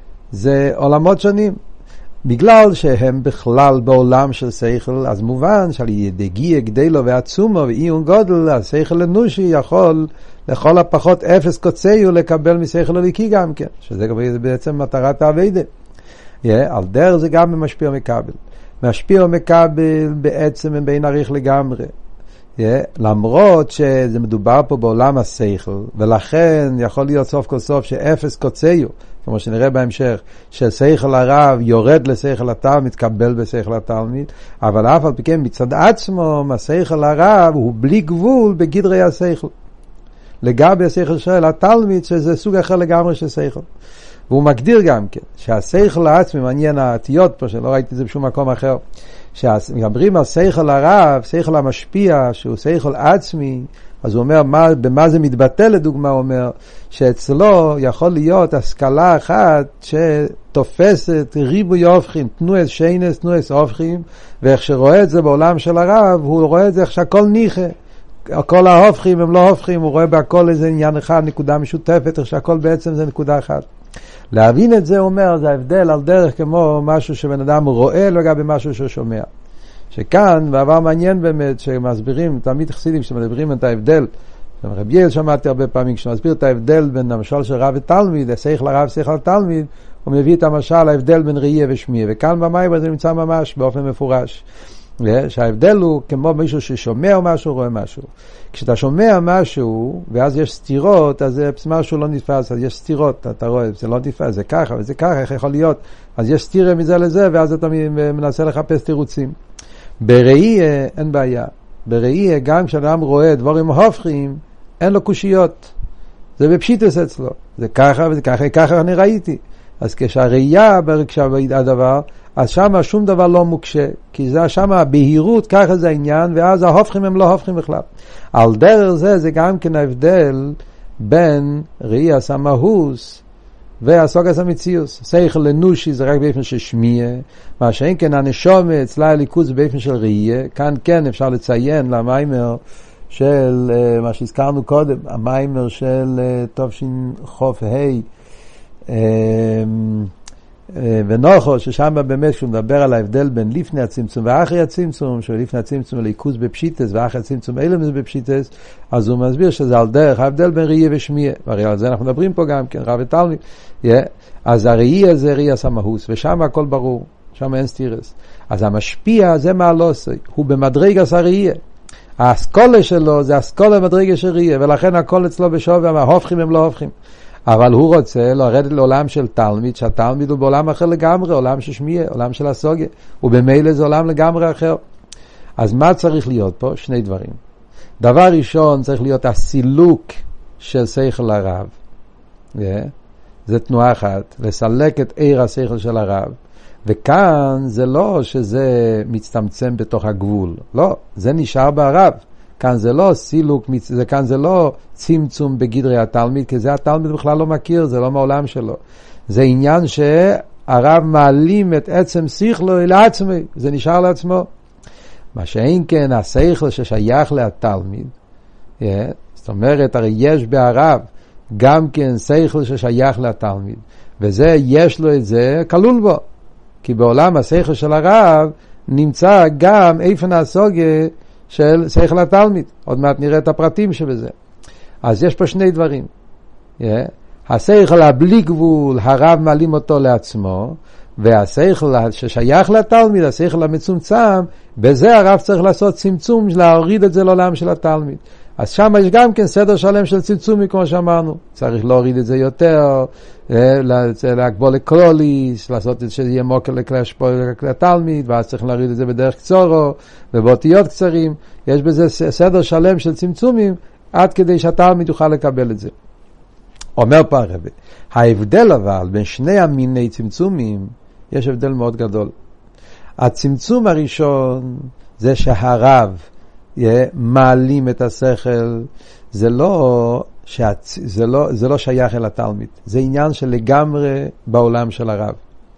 זה עולמות שונים. בגלל שהם בכלל בעולם של שכל, אז מובן שעל ידי גיע גדלו ועצומו ועיון גודל, השכל אנושי יכול לכל הפחות אפס קוצאיו לקבל משכל הליקי גם כן, שזה בעצם מטרת העבודה. Yeah, על דרך זה גם משפיע ומקבל. משפיע ומקבל בעצם הם בין עריך לגמרי. Yeah, למרות שזה מדובר פה בעולם השכל, ולכן יכול להיות סוף כל סוף שאפס קוצאיו, כמו שנראה בהמשך, ששכל הרב יורד לשכל התלמיד, מתקבל בשכל התלמיד, אבל אף על פי כן מצד עצמו, השכל הרב הוא בלי גבול בגדרי השכל. לגבי השכל של התלמיד, שזה סוג אחר לגמרי של שכל. והוא מגדיר גם כן, שהשכל העצמי, מעניין העתיות פה, שלא ראיתי את זה בשום מקום אחר, שמדברים על שכל הרב, שכל המשפיע, שהוא שכל עצמי, אז הוא אומר, מה, במה זה מתבטא לדוגמה, הוא אומר, שאצלו יכול להיות השכלה אחת שתופסת ריבוי הופכים, תנועס שיינס, תנועס הופכים, ואיך שרואה את זה בעולם של הרב, הוא רואה את זה איך שהכל ניחה. כל ההופכים הם לא הופכים, הוא רואה בהכל איזה עניין אחד, נקודה משותפת, איך שהכל בעצם זה נקודה אחת. להבין את זה, הוא אומר, זה ההבדל על דרך כמו משהו שבן אדם רואה לגבי משהו ששומע. שכאן, בעבר מעניין באמת, שמסבירים, תמיד חסידים שמדברים את ההבדל, רבי יעל שמעתי הרבה פעמים, כשמסביר את ההבדל בין המשל של רב ותלמיד, שכל הרב שכל תלמיד, הוא מביא את המשל, ההבדל בין ראייה ושמיעה, וכאן במאמר זה נמצא ממש באופן מפורש. שההבדל הוא כמו מישהו ששומע משהו, רואה משהו. כשאתה שומע משהו, ואז יש סתירות, אז משהו לא נתפס, אז יש סתירות, אתה רואה, זה לא נתפס, זה ככה, וזה ככה, איך יכול להיות? אז יש סתירה מזה לזה, ואז אתה מנסה לחפש תירוצים. בראייה אין בעיה. בראייה, גם כשאדם רואה דברים הופכים, אין לו קושיות. זה בפשיטוס אצלו. זה ככה וזה ככה, ככה אני ראיתי. אז כשהראייה, כשהדבר, אז שם שום דבר לא מוקשה, כי זה שם הבהירות, ככה זה העניין, ואז ההופכים הם לא הופכים בכלל. על דרך זה, זה גם כן ההבדל בין ראייה סמאוס והסוגיה סמציוס. שכל אנושי זה רק באופן של שמיע, מה שאין כן הנשמה אצלה הליכוז זה באופן של ראייה. כאן כן אפשר לציין למיימר של מה שהזכרנו קודם, המיימר של תופשין חוף ה' ונוחו, ששם באמת כשהוא מדבר על ההבדל בין לפני הצמצום ואחרי הצמצום, שלפני הצמצום ליכוז בפשיטס ואחרי הצמצום אילם זה בפשיטס, אז הוא מסביר שזה על דרך ההבדל בין ראייה ושמיעה, והרי על זה אנחנו מדברים פה גם כן, רב ותלמיד. yeah. אז הראייה זה ראייה סמאוס, ושם הכל ברור, שם אין סתירס. אז המשפיע זה מה לא עושה, הוא במדרגת הראייה, האסכולה שלו זה אסכולה במדרגת של ראייה, ולכן הכל אצלו בשווה, ההופכים הם לא הופכים. אבל הוא רוצה לרדת לעולם של תלמיד, שהתלמיד הוא בעולם אחר לגמרי, עולם של שמיעה, עולם של הסוגיה, ובמילא זה עולם לגמרי אחר. אז מה צריך להיות פה? שני דברים. דבר ראשון צריך להיות הסילוק של שכל הרב. Yeah. זה תנועה אחת, לסלק את עיר השכל של הרב. וכאן זה לא שזה מצטמצם בתוך הגבול, לא, זה נשאר ברב. כאן זה לא סילוק, זה כאן זה לא צמצום בגדרי התלמיד, כי זה התלמיד בכלל לא מכיר, זה לא מעולם שלו. זה עניין שהרב מעלים את עצם שכלו אל עצמי, זה נשאר לעצמו. מה שאין כן, השכל ששייך לתלמיד, yeah, זאת אומרת, הרי יש בהרב גם כן שכל ששייך לתלמיד, וזה, יש לו את זה, כלול בו. כי בעולם השכל של הרב נמצא גם איפן הסוגיה של שכל התלמיד. עוד מעט נראה את הפרטים שבזה. אז יש פה שני דברים. Yeah. השכל הבלי גבול, הרב מעלים אותו לעצמו, והשכל ששייך לתלמיד, השכל המצומצם, בזה הרב צריך לעשות צמצום, להוריד את זה לעולם של התלמיד. אז שם יש גם כן סדר שלם של צמצומי, כמו שאמרנו. צריך להוריד את זה יותר, להגבול לקרוליס, לעשות את זה שיהיה מוקר לתלמיד, ואז צריך להוריד את זה בדרך קצורו, ובאותיות קצרים. יש בזה סדר שלם של צמצומים, עד כדי שהתלמיד יוכל לקבל את זה. אומר פה הרב, ההבדל אבל בין שני המיני צמצומים, יש הבדל מאוד גדול. הצמצום הראשון זה שהרב מעלים את השכל, זה לא שזה לא, זה לא שייך אל התלמיד. זה עניין של לגמרי בעולם של הרב.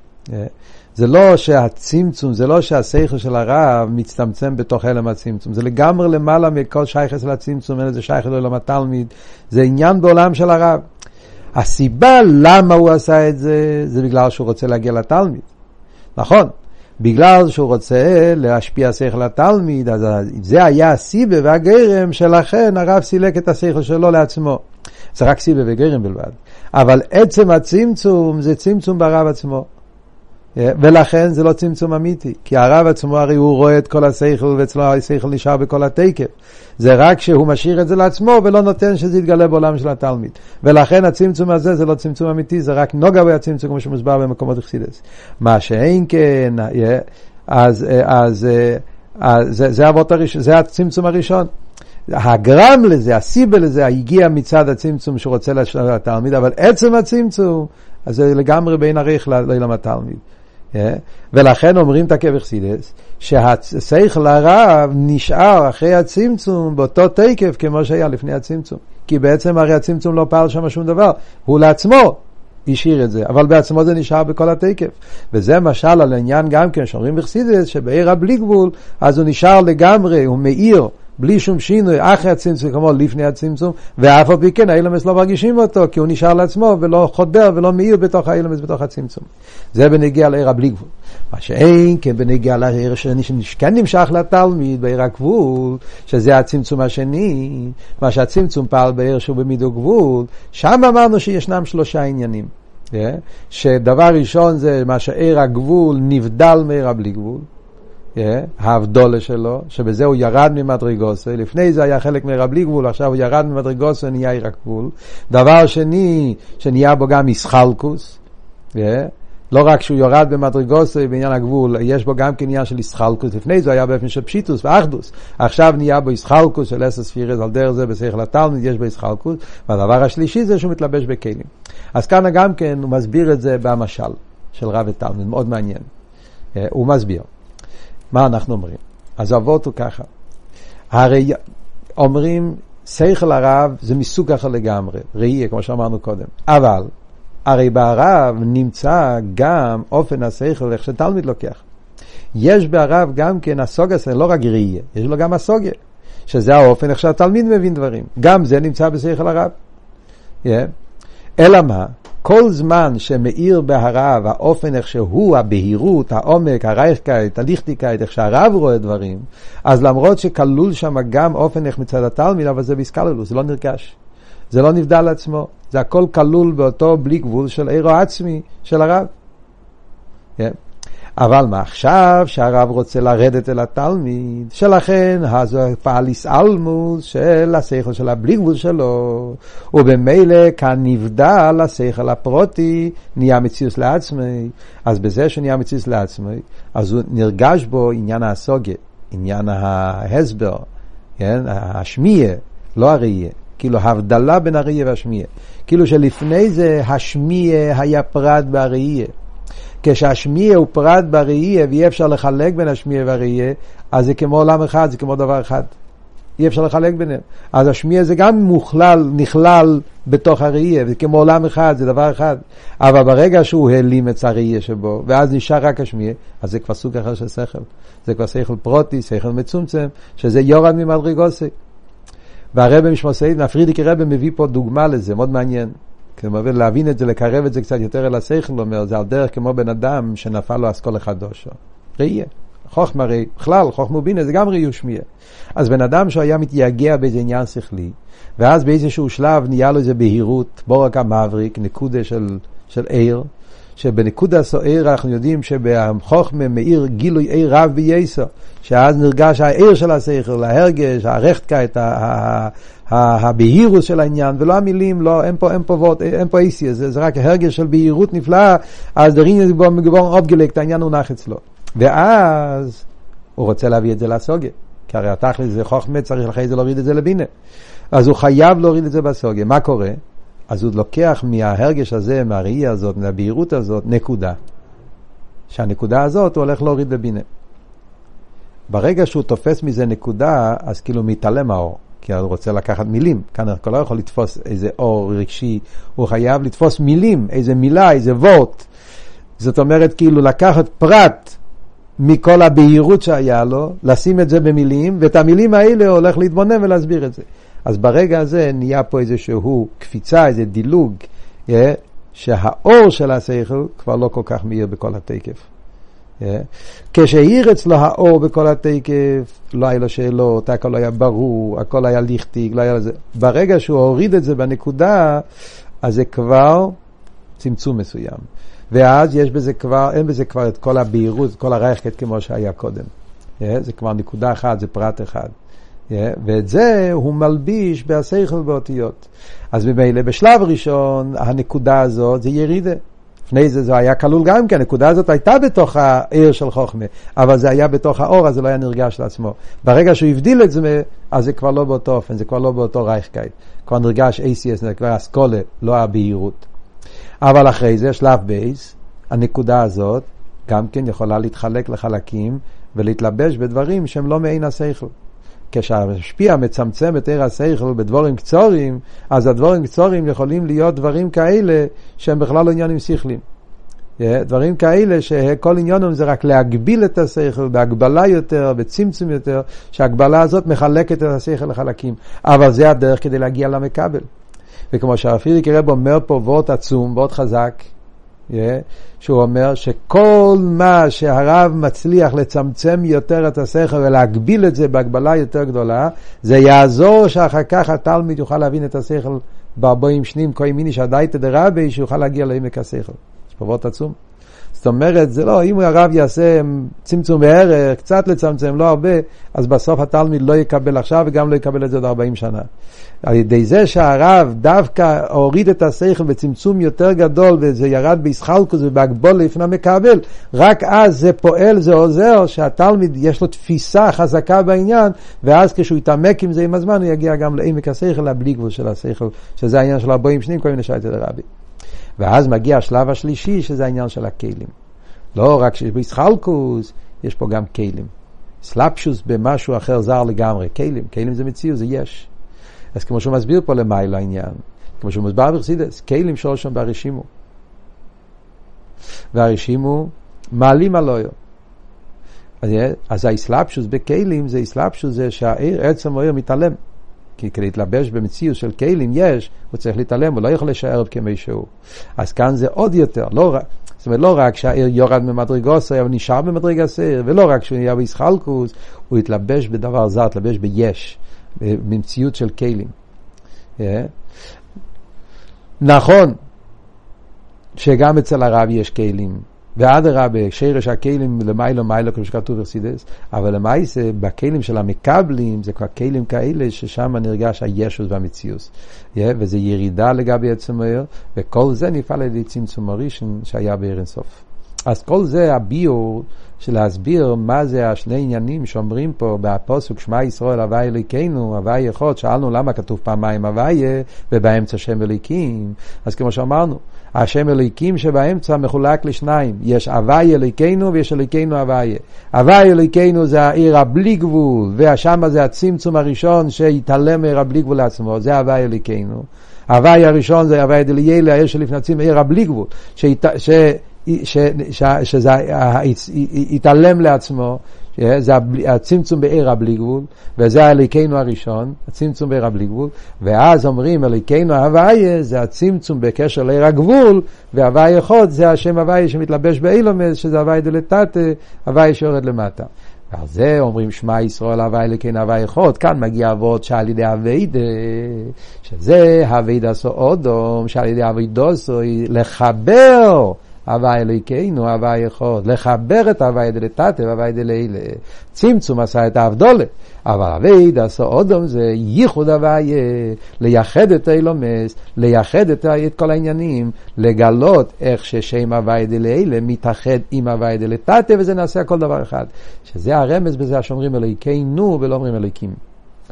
זה לא שהצמצום, זה לא שהשכל של הרב מצטמצם בתוך הלם הצמצום. זה לגמרי למעלה מכל שייכת לצמצום, אין איזה שייכת לעולם התלמיד. זה עניין בעולם של הרב. הסיבה למה הוא עשה את זה, זה בגלל שהוא רוצה להגיע לתלמיד. נכון. בגלל שהוא רוצה להשפיע שכל התלמיד, אז זה היה הסיבה והגרם שלכן הרב סילק את השכל שלו לעצמו. זה רק סיבה וגרם בלבד. אבל עצם הצמצום זה צמצום ברב עצמו. ולכן זה לא צמצום אמיתי. כי הרב עצמו הרי הוא רואה את כל השכל ואצלו השכל נשאר בכל התקף. זה רק שהוא משאיר את זה לעצמו ולא נותן שזה יתגלה בעולם של התלמיד. ולכן הצמצום הזה זה לא צמצום אמיתי, זה רק נוגע והצמצום כמו שמוסבר במקומות חסידות. מה שאין כן, אז, אז, אז זה, זה, הראשון, זה הצמצום הראשון. הגרם לזה, הסיבה לזה, הגיע מצד הצמצום שרוצה לתלמיד, אבל עצם הצמצום, אז זה לגמרי בין ערך לעולם התלמיד. ולכן אומרים תקף חסידות שהשכל הרב נשאר אחרי הצמצום באותו תקף כמו שהיה לפני הצמצום, כי בעצם הרי הצמצום לא פעל שם שום דבר, הוא לעצמו השאיר את זה, אבל בעצמו זה נשאר בכל התקף. וזה משל על העניין גם כן שאומרים בחסידות שבעיר הבלי גבול אז הוא נשאר לגמרי, הוא מאיר בלי שום שינוי אחרי הצמצום כמו לפני הצמצום, ואף על פי כן האילמס לא מרגישים אותו כי הוא נשאר לעצמו ולא חודר ולא מאיר בתוך האילמס בתוך הצמצום. זה בנגיע לעיר הבלי גבול. מה שאין כן בנגיע לעיר שכן נמשך לתלמיד בעיר הגבול, שזה הצמצום השני, מה שהצמצום פעל בעיר שהוא במידו גבול, שם אמרנו שישנם שלושה עניינים. שדבר ראשון זה מה שעיר הגבול נבדל מעיר הבלי גבול, ההבדולה שלו, שבזה הוא ירד ממדרגוסו, לפני זה היה חלק מעיר הבלי גבול, עכשיו הוא ירד ממדרגוסו, נהיה עיר הגבול. דבר שני, שנהיה בו גם ישחלקוס, לא רק שהוא יורד במדרגוסו בעניין הגבול, יש בו גם עניין של ישחלקוס, לפני זה היה באופן של פשיטוס ואחדוס, עכשיו נהיה בו ישחלקוס של עשר ספירס, על דרך זה בשכל התלמיד יש בו ישחלקוס, והדבר השלישי זה שהוא מתלבש בכלים. אז כאן גם כן הוא מסביר את זה במשל של רב ותלמיד, מאוד מעניין. הוא מסביר. מה אנחנו אומרים? אז אבות הוא ככה. הרי אומרים, שכל הרב זה מסוג אחר לגמרי, ראייה, כמו שאמרנו קודם. אבל, הרי ברב נמצא גם אופן השכל, איך שתלמיד לוקח. יש ברב גם כן הסוגיה, לא רק ראייה, יש לו גם הסוגיה, שזה האופן איך שהתלמיד מבין דברים. גם זה נמצא בשכל הרב. Yeah. אלא מה? כל זמן שמאיר בהרב האופן איך שהוא, הבהירות, העומק, הרייכקייט, הליכטיקייט, איך שהרב רואה דברים, אז למרות שכלול שם גם אופן איך מצד התלמיד, אבל זה בסקללוס, זה לא נרגש. זה לא נבדל עצמו. זה הכל כלול באותו בלי גבול של עירו עצמי של הרב. Yeah. אבל מה עכשיו שהרב רוצה לרדת אל התלמיד, שלכן אז הוא פעל איסאלמוס של השכל של הבלי גבול שלו, ובמילא כאן נבדל השכל הפרוטי, נהיה מציאוס לעצמי. אז בזה שנהיה מציאוס לעצמי, אז הוא נרגש בו עניין הסוגיה, עניין ההסבר, כן? השמיע, לא הראייה. כאילו הבדלה בין הראייה והשמיע. כאילו שלפני זה השמיע היה פרט בראייה. כשהשמיע הוא פרט בראייה ואי אפשר לחלק בין השמיע והראייה, אז זה כמו עולם אחד, זה כמו דבר אחד. אי אפשר לחלק ביניהם. אז השמיע זה גם מוכלל, נכלל בתוך הראייה, זה כמו עולם אחד, זה דבר אחד. אבל ברגע שהוא העלים את הראייה שבו, ואז נשאר רק השמיע, אז זה כבר סוג אחר של שכל. זה כבר שכל פרוטי, שכל מצומצם, שזה יורד ממדרגוסי. והרבא משמעוסי, הפרידיקי רבא מביא פה דוגמה לזה, מאוד מעניין. כלומר, להבין את זה, לקרב את זה קצת יותר אל השכל, אומר, זה על דרך כמו בן אדם שנפל לו אסכולה חדושה. ראייה. חוכמה ראי, בכלל, חוכמה ובינה, זה גם ראי ושמיע. אז בן אדם שהיה מתייגע באיזה עניין שכלי, ואז באיזשהו שלב נהיה לו איזה בהירות, בורק המבריק, נקודה של, של עיר, שבנקודה סוער אנחנו יודעים שבחוכמה מאיר גילוי עיר רב בייסו, שאז נרגש העיר של השכל, ההרגש, הרחתקייט, הבהירות של העניין, ולא המילים, לא, אין פה, אין פה וורט, אין פה איסי, זה, זה רק הרגש של בהירות נפלאה, אז דרין זה מגבור אובגלק, העניין הוא נח אצלו. ואז הוא רוצה להביא את זה לסוגיה, כי הרי התכלית זה חוכמה, צריך אחרי זה להוריד את זה לבינה. אז הוא חייב להוריד את זה בסוגיה. מה קורה? אז הוא לוקח מההרגש הזה, מהראייה הזאת, מהבהירות הזאת, נקודה. שהנקודה הזאת הוא הולך להוריד לבינה. ברגע שהוא תופס מזה נקודה, אז כאילו מתעלם האור. כי הוא רוצה לקחת מילים. כאן הוא לא יכול לתפוס איזה אור רגשי, הוא חייב לתפוס מילים, איזה מילה, איזה וורט. זאת אומרת, כאילו לקחת פרט מכל הבהירות שהיה לו, לשים את זה במילים, ואת המילים האלה הוא הולך להתבונן ולהסביר את זה. אז ברגע הזה נהיה פה איזשהו קפיצה, איזה דילוג, yeah, שהאור של השכל כבר לא כל כך מאיר בכל התקף. Yeah. כשהאיר אצלו האור בכל התקף, לא היה לו שאלות, הכל לא היה ברור, הכל היה ליכטיק, לא היה לזה. ברגע שהוא הוריד את זה בנקודה, אז זה כבר צמצום מסוים. ואז יש בזה כבר, אין בזה כבר את כל הבהירות, את כל הרייכות כמו שהיה קודם. Yeah. זה כבר נקודה אחת, זה פרט אחד. Yeah, ואת זה הוא מלביש בהשכל באותיות. אז במילא בשלב ראשון הנקודה הזאת זה ירידה. לפני זה זה היה כלול גם כן, הנקודה הזאת הייתה בתוך העיר של חוכמה, אבל זה היה בתוך האור, אז זה לא היה נרגש לעצמו. ברגע שהוא הבדיל את זה, אז זה כבר לא באותו אופן, זה כבר לא באותו רייכקייט. כבר נרגש איי סי אס, זה כבר אסכולה, לא הבהירות. אבל אחרי זה, שלב בייס, הנקודה הזאת גם כן יכולה להתחלק לחלקים ולהתלבש בדברים שהם לא מעין השכל. כשהשפיע מצמצם את עיר השכל בדבורים קצורים, אז הדבורים קצורים יכולים להיות דברים כאלה שהם בכלל לא עניינים שכליים. דברים כאלה שכל עניינם זה רק להגביל את השכל בהגבלה יותר, בצמצום יותר, שההגבלה הזאת מחלקת את השכל לחלקים. אבל זה הדרך כדי להגיע למקבל. וכמו שהפרידיק רב אומר פה וורט עצום, וורט חזק, Yeah, שהוא אומר שכל מה שהרב מצליח לצמצם יותר את השכל ולהגביל את זה בהגבלה יותר גדולה, זה יעזור שאחר כך התלמיד יוכל להבין את השכל בארבעים שנים, כוי מיני שעדייתא דרבי, שיוכל להגיע לעמק השכל. יש פה וורט עצום. זאת אומרת, זה לא, אם הרב יעשה צמצום בערך, קצת לצמצם, לא הרבה, אז בסוף התלמיד לא יקבל עכשיו וגם לא יקבל את זה עוד ארבעים שנה. על ידי זה שהרב דווקא הוריד את השכל בצמצום יותר גדול, וזה ירד בישחלקוס ובהגבול לפני המקבל, רק אז זה פועל, זה עוזר, שהתלמיד יש לו תפיסה חזקה בעניין, ואז כשהוא יתעמק עם זה עם הזמן, הוא יגיע גם לעמק השכל, לבלי גבול של השכל, שזה העניין של ארבעים שנים, כל מיני שעדייתא דרבי. ואז מגיע השלב השלישי, שזה העניין של הכלים. לא רק שיש בישחלקוס, יש פה גם כלים. סלאפשוס במשהו אחר זר לגמרי. כלים, כלים זה מציאות, זה יש. אז כמו שהוא מסביר פה למעלה העניין, כמו שהוא מסביר בחסידות, כלים שורשם ברשימו. והרשימו מעלים עלויו. אז האסלאפשוס בכלים, זה אסלאפשוס זה שהעצם העיר מתעלם. כי כדי להתלבש במציאות של כלים יש, הוא צריך להתעלם, הוא לא יכול להישאר כמי שהוא. אז כאן זה עוד יותר, לא רק, זאת אומרת, לא רק שהעיר יורד ממדרגוסו, אבל נשאר במדרגסו, ולא רק שהוא נהיה בישחלקוס, הוא התלבש בדבר זר, התלבש ביש, במציאות של כלים. Yeah. נכון, שגם אצל הרב יש כלים, ועד הרב, שרש הכלים למיילו מיילו, כמו שכתוב בחסידות, אבל למעשה, בכלים של המקבלים, זה כבר כלים כאלה ששם נרגש הישוס והמציאות. Yeah, וזה ירידה לגבי עצם העיר, וכל זה נפעל על ידי צמצום הראשון שהיה בעיר אינסוף. אז כל זה הביור של להסביר מה זה השני עניינים שאומרים פה בפסוק שמע ישראל הוויה אלוהינו, הוויה אחד, שאלנו למה כתוב פעמיים הוויה ובאמצע שם אלוהים. אז כמו שאמרנו, השם אלוהים שבאמצע מחולק לשניים, יש הוויה אלוהינו ויש אלוהינו הוויה. הוויה אלוהינו זה העיר הבלי גבול, והשם זה הצמצום הראשון שהתעלם מעיר הבלי גבול לעצמו, זה הוויה אלוהינו. הוויה הראשון זה הוויה דליילה, העיר שלפני עצמו, עיר הבלי גבול, ש... ש, ש, שזה יתעלם לעצמו, זה הצמצום בעיר הבלי גבול, וזה אלוהינו הראשון, הצמצום בעיר הבלי גבול, ואז אומרים אלוהינו הוויה, זה הצמצום בקשר לעיר הגבול, והוויה אחד זה השם הוויה שמתלבש באילומס, שזה הוויה דלתתא, הוויה שיורד למטה. ועל זה אומרים שמע ישראל הוויה אלוהינו הוויה אחד. כאן מגיע אבות שעל ידי הווידה, שזה הווידה עשו אודום, שעל ידי הווידה עשו לחבר הוויה אלוהינו, הוויה אחד, לחבר את הוויה דלתתא והוויה דלעילא. צמצום עשה את ההבדלה, אבל הוויה עשו אודום זה ייחוד הוויה, לייחד את האילומס, לייחד את, את כל העניינים, לגלות איך ששם הוויה דלעילא מתאחד עם הוויה דלתתא, וזה נעשה כל דבר אחד. שזה הרמז בזה השומרים אלוהינו ולא אומרים אלוהיקים.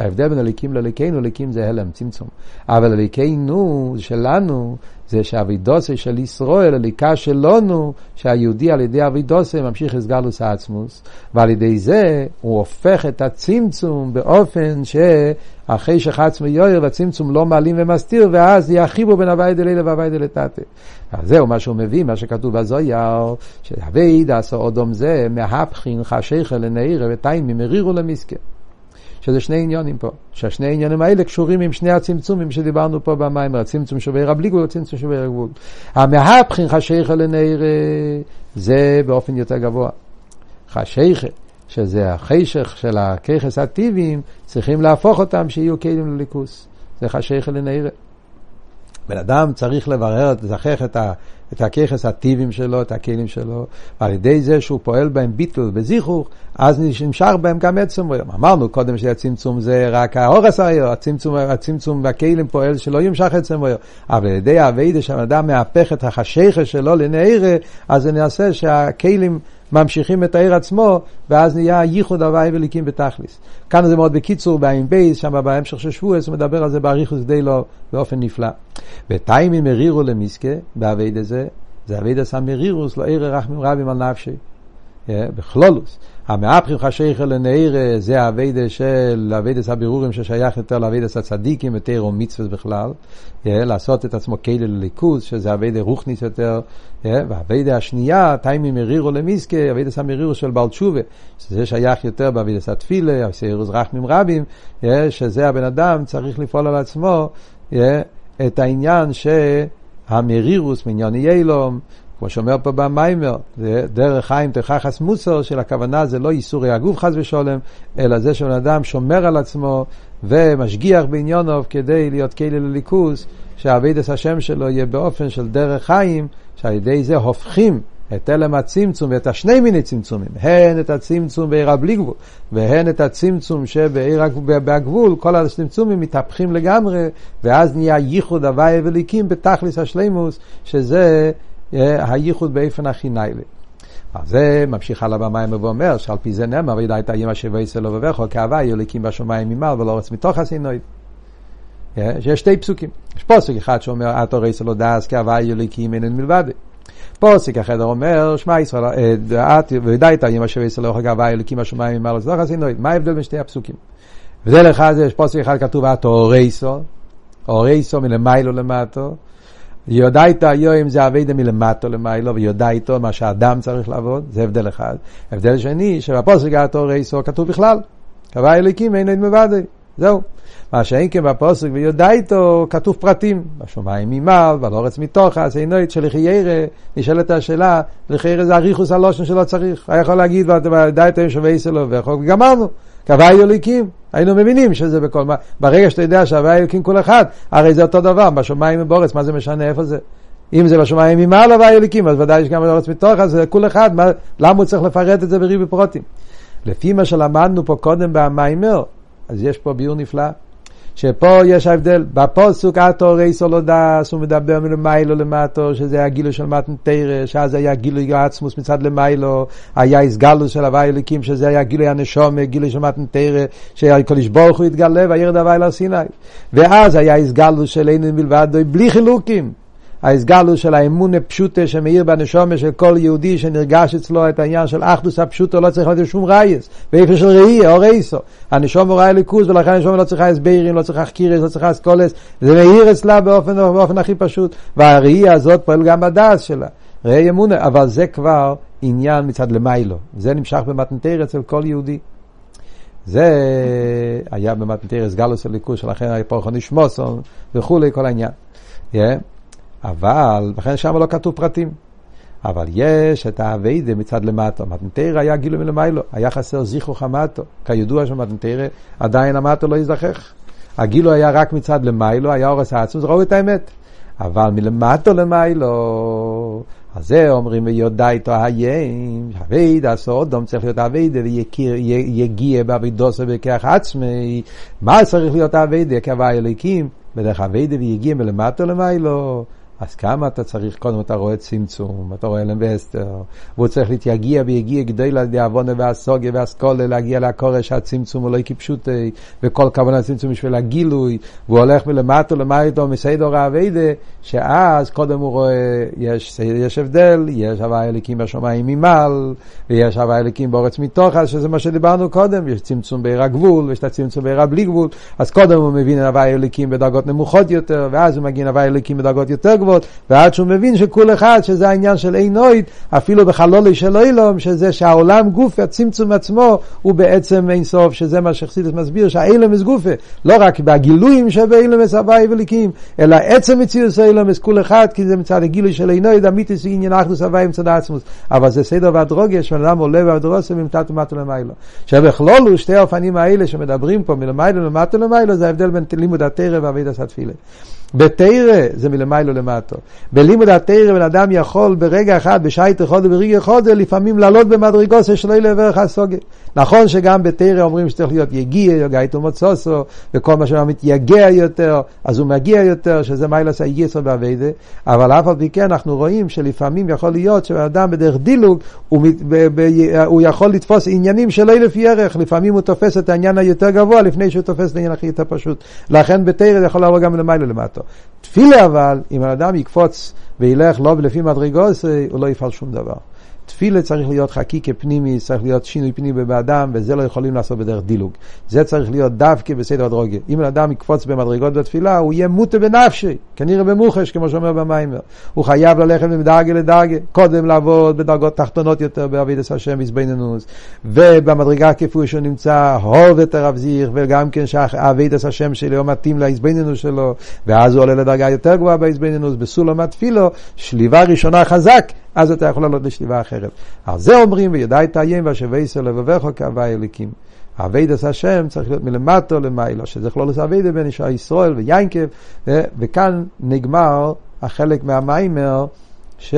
ההבדל בין הליקים לליקינו, ליקים זה הלם, צמצום. אבל הליקינו שלנו, זה שהאבידוסה של ישראל, הליקה שלנו, שהיהודי על ידי האבידוסה ממשיך לסגלוס העצמוס, ועל ידי זה הוא הופך את הצמצום באופן שאחרי שחץ מיוער והצמצום לא מעלים ומסתיר, ואז יחיבו בין הווי דלילה והווי דלתתה. אז זהו מה שהוא מביא, מה שכתוב בזויר, שהווי עשה אודום זה, מהפכין חשיכה לנעירה ותיימים מרירו למסכן. שזה שני עניונים פה, שהשני עניינים האלה קשורים עם שני הצמצומים שדיברנו פה במים, הצמצום שובר בלי גבול, הצמצום שובר גבול. המהפכין חשיכה לנעירה, זה באופן יותר גבוה. חשיכה, שזה החשך של הכיחס הטבעיים, צריכים להפוך אותם שיהיו כלים לליכוס. זה חשיכה לנעירה. בן אדם צריך לברר, לזכח את ה... את הכיחס הטבעים שלו, את הכלים שלו, ועל ידי זה שהוא פועל בהם ביטל בזיכוך, אז נמשך בהם גם עצם. אמרנו קודם שהצמצום זה רק האורס הריו, הצמצום, הצמצום והכלים פועל שלא ימשך עצם ריו, אבל על ידי העבודה שהאדם מהפך את החשיכה שלו לנעירה, אז זה נעשה שהכלים ממשיכים את העיר עצמו, ואז נהיה ייחוד הווי וליקים בתכליס. כאן זה מאוד בקיצור, בעין בייס, שם בהמשך של שבועס, הוא מדבר על זה באריכוס די לו באופן נפלא. ותיימים מרירו למסכה, בעבד הזה, זה עבד עשה מרירוס, לא עיר רחמים רבים על נפשי. בכלולוס. המהפכים חשיכה לנעירה, זה העבד של עבד עשה בירורים ששייך יותר לעבד עשה צדיקים, יותר או מצווה בכלל. לעשות את עצמו כלי לליכוז, שזה עבד רוחניס יותר. והעבד השנייה, תיימים מרירו למסכה, עבד עשה מרירוס של בעל תשובה, שזה שייך יותר בעבד עשה תפילה, עשה עירוס רחמים רבים, שזה הבן אדם צריך לפעול על עצמו, את העניין שהמרירוס מעניין יילום, כמו שאומר פה במיימר, דרך חיים תכחס מוסר, של הכוונה זה לא איסורי הגוף חס ושולם, אלא זה שבן אדם שומר על עצמו ומשגיח בעניונוב כדי להיות כלי לליכוס, שהעבודת השם שלו יהיה באופן של דרך חיים, שעל ידי זה הופכים את אלם הצמצום ואת השני מיני צמצומים, הן את הצמצום בעיר בלי גבול, והן את הצמצום שבעיר בגבול, כל הצמצומים מתהפכים לגמרי, ואז נהיה ייחוד הווי וליקים בתכליס השלימוס, שזה הייחוד באופן הכי נעלה. אז זה ממשיך הלאה במים ואומר, שעל פי זה נאמר, וידע את האמא שבו יצא לו ובכו, כהווי יליקים בשמיים ממעל ולא רץ מתוך הסינוid. יש שתי פסוקים. יש פסוק אחד שאומר, את הרי סלו דאס, כהווי יליקים אינן מלבד. פסוק אחר אומר, שמע ישראל, וידע את האמא שבו יצא לו, כהווי יליקים בשמיים ממעל ולא רץ מתוך הסינוid. מה ההבדל בין שתי הפסוקים? וזה לך, יש פסוק אחד כתוב, את הרי סלו, הרי סלו מלמיילו למטו, יודע איתו אם זה עבודה מלמטו למיילו, ויודע איתו מה שהאדם צריך לעבוד, זה הבדל אחד. הבדל שני, שבפוסק התורה איסו כתוב בכלל, כהווי אליקים אין אין מבדי, זהו. מה שאין כן בפוסק ויודע איתו כתוב פרטים, בשמיים ממעל, ועל ארץ מתוך, אז אינו של חיירה, נשאלת השאלה, לחיירה זה אריכוס הלושן שלא צריך, היה יכול להגיד, ויודע איתו שווה איסלו, וגמרנו, כהווי אליקים. היינו מבינים שזה בכל מה, ברגע שאתה יודע שהווי אלוקים כל אחד, הרי זה אותו דבר, בשמיים ובארץ, מה זה משנה, איפה זה? אם זה בשמיים ממעל הווי אלוקים, אז ודאי יש גם בארץ מתוך, אז זה כל אחד, מה, למה הוא צריך לפרט את זה בריבי פרוטים? לפי מה שלמדנו פה קודם במיימר, אז יש פה ביור נפלא, שפה יש ההבדל, בפוסוק התורה סולודס, הוא מדבר מלמיילו למטו, שזה הגילוי של מתן תורה, שאז היה גילוי עצמוס מצד למיילו, היה הסגלוס של הווי אלוקים, שזה היה גילוי הנשום, גילוי של מתן תורה, שהקדוש ברוך הוא התגלה, וירד הווי להר סיני. ואז היה הסגלוס של אין מלבד, בלי חילוקים. ההסגלוס של האמון הפשוטה שמאיר בנשום של כל יהודי שנרגש אצלו את העניין של אחדוס הפשוטה, לא צריך להיות שום רייס, ואיפה של ראי, או רייסו. הנשום הוא ראי ליכוז, ולכן הנשום לא צריכה הסבירים, לא צריכה חקירס, לא צריכה אסכולס, זה מאיר אצלה באופן, באופן הכי פשוט. והראי הזאת פועל גם בדעת שלה. ראי אמונה, אבל זה כבר עניין מצד למיילו. זה נמשך במתן תורה אצל כל יהודי. זה היה במתן תורה הסגלוס של ליכוז, שלכן היה פה נשמוס וכולי, כל העניין. Yeah. אבל, לכן שם לא כתוב פרטים. אבל יש את העבודה מצד למטו. מתן תורה היה גילוי מלמיילו, היה חסר זיכרוך המטו. כידוע שמתן תורה עדיין המטו לא יזכח. הגילוי היה רק מצד למיילו, היה אורס העצמוס, ראו את האמת. אבל מלמטו למיילו, אז זה אומרים ויודע איתו היים, עבודה עשו אודום, צריך להיות עבודה ויגיע בעבודתו בכך עצמי. מה צריך להיות עבודה? כהווי אלוקים, בדרך עבודה ויגיע מלמטו למיילו. אז כמה אתה צריך, קודם אתה רואה צמצום, אתה רואה אלם ואסתר, והוא צריך להתייגיע ויגיע גדול על ידי העוונה והסוגיה והסקולה, להגיע לקורש הצמצום ולא כפשוטי, וכל כוונה הצמצום בשביל הגילוי, והוא הולך מלמטו למטו מסדר העבודה, שאז קודם הוא רואה, יש, יש הבדל, יש הוויה אלוקים בשמיים ממעל, ויש הוויה אלוקים בארץ מתוך, אז שזה מה שדיברנו קודם, יש צמצום בעיר הגבול, ויש את הצמצום בעיר בלי גבול, אז קודם הוא מבין הוויה אלוקים בדרגות נמוכות יותר, ואז הוא מגיע הוויה אלוקים בדרגות יותר גבוהות, ועד שהוא מבין שכל אחד, שזה העניין של אינויד, אפילו בחלולי של אילום, שזה שהעולם גוף, הצמצום עצמו, הוא בעצם אין סוף, שזה מה שחסידות מסביר, שהאילום יש גופה, לא רק בגילויים שבאילום יש הוויה אלוקים, אלא עצם מציאות אילום יש כל אחד, כי זה מצד הגילוי של אינויד, אמיתיס עניין אחדוס הוויה מצד עצמוס, אבל זה סדר והדרוגיה, שאדם עולה והדרוסה ממתת ומטו למיילו. שבכלולו שתי האופנים האלה שמדברים פה, מלמיילו למטו למיילו, זה ההבדל בין לימוד התורה ועבודת התפילה. בתורה זה מלמיילו למטו. בלימוד התורה בן אדם יכול ברגע אחד, בשעת אחד וברגע אחד, לפעמים לעלות במדרגות שלא לעבר הסוגיה. נכון שגם בתורה אומרים שצריך להיות יגיע, יגעית ומוצוסו, וכל מה שהוא מתייגע יותר, אז הוא מגיע יותר, שזה מיילס היגיסו בעבודה, אבל אף על פי כן אנחנו רואים שלפעמים יכול להיות שבאדם בדרך דילוג, הוא, ב, ב, הוא יכול לתפוס עניינים שלא לפי ערך, לפעמים הוא תופס את העניין היותר גבוה, לפני שהוא תופס את העניין הכי יותר פשוט. לכן בתורה זה יכול לעבור גם למיילו למטו. תפילה אבל, אם האדם יקפוץ וילך לא לפי מדרגות, הוא לא יפעל שום דבר. תפילה צריך להיות חקיקה פנימי, צריך להיות שינוי פנימי באדם, וזה לא יכולים לעשות בדרך דילוג. זה צריך להיות דווקא בסדר הדרוגיה. אם האדם יקפוץ במדרגות בתפילה, הוא יהיה מוטה בנפשי, כנראה במוחש, כמו שאומר במיימר. הוא חייב ללכת מדרגה לדרגה, קודם לעבוד בדרגות תחתונות יותר, בעבודת השם והזבנינוס, ובמדרגה כפי שהוא נמצא, הוב את הרב זיר, וגם כן שעבודת השם שלו מתאים להזבנינוס שלו, ואז הוא עולה לדרגה יותר גבוהה בהזבנינוס, בסולם התפילו, שליבה ראשונה חזק, אז אתה יכול לעלות לשליבה אחרת. על זה אומרים, וידע את הים והשוויסו לבבך כהוויה אלוקים. עבודת השם צריך להיות מלמטו למיילו, שזה יכול להיות עבודה בין אישה ישראל ויינקב, וכאן נגמר החלק מהמיימר ש...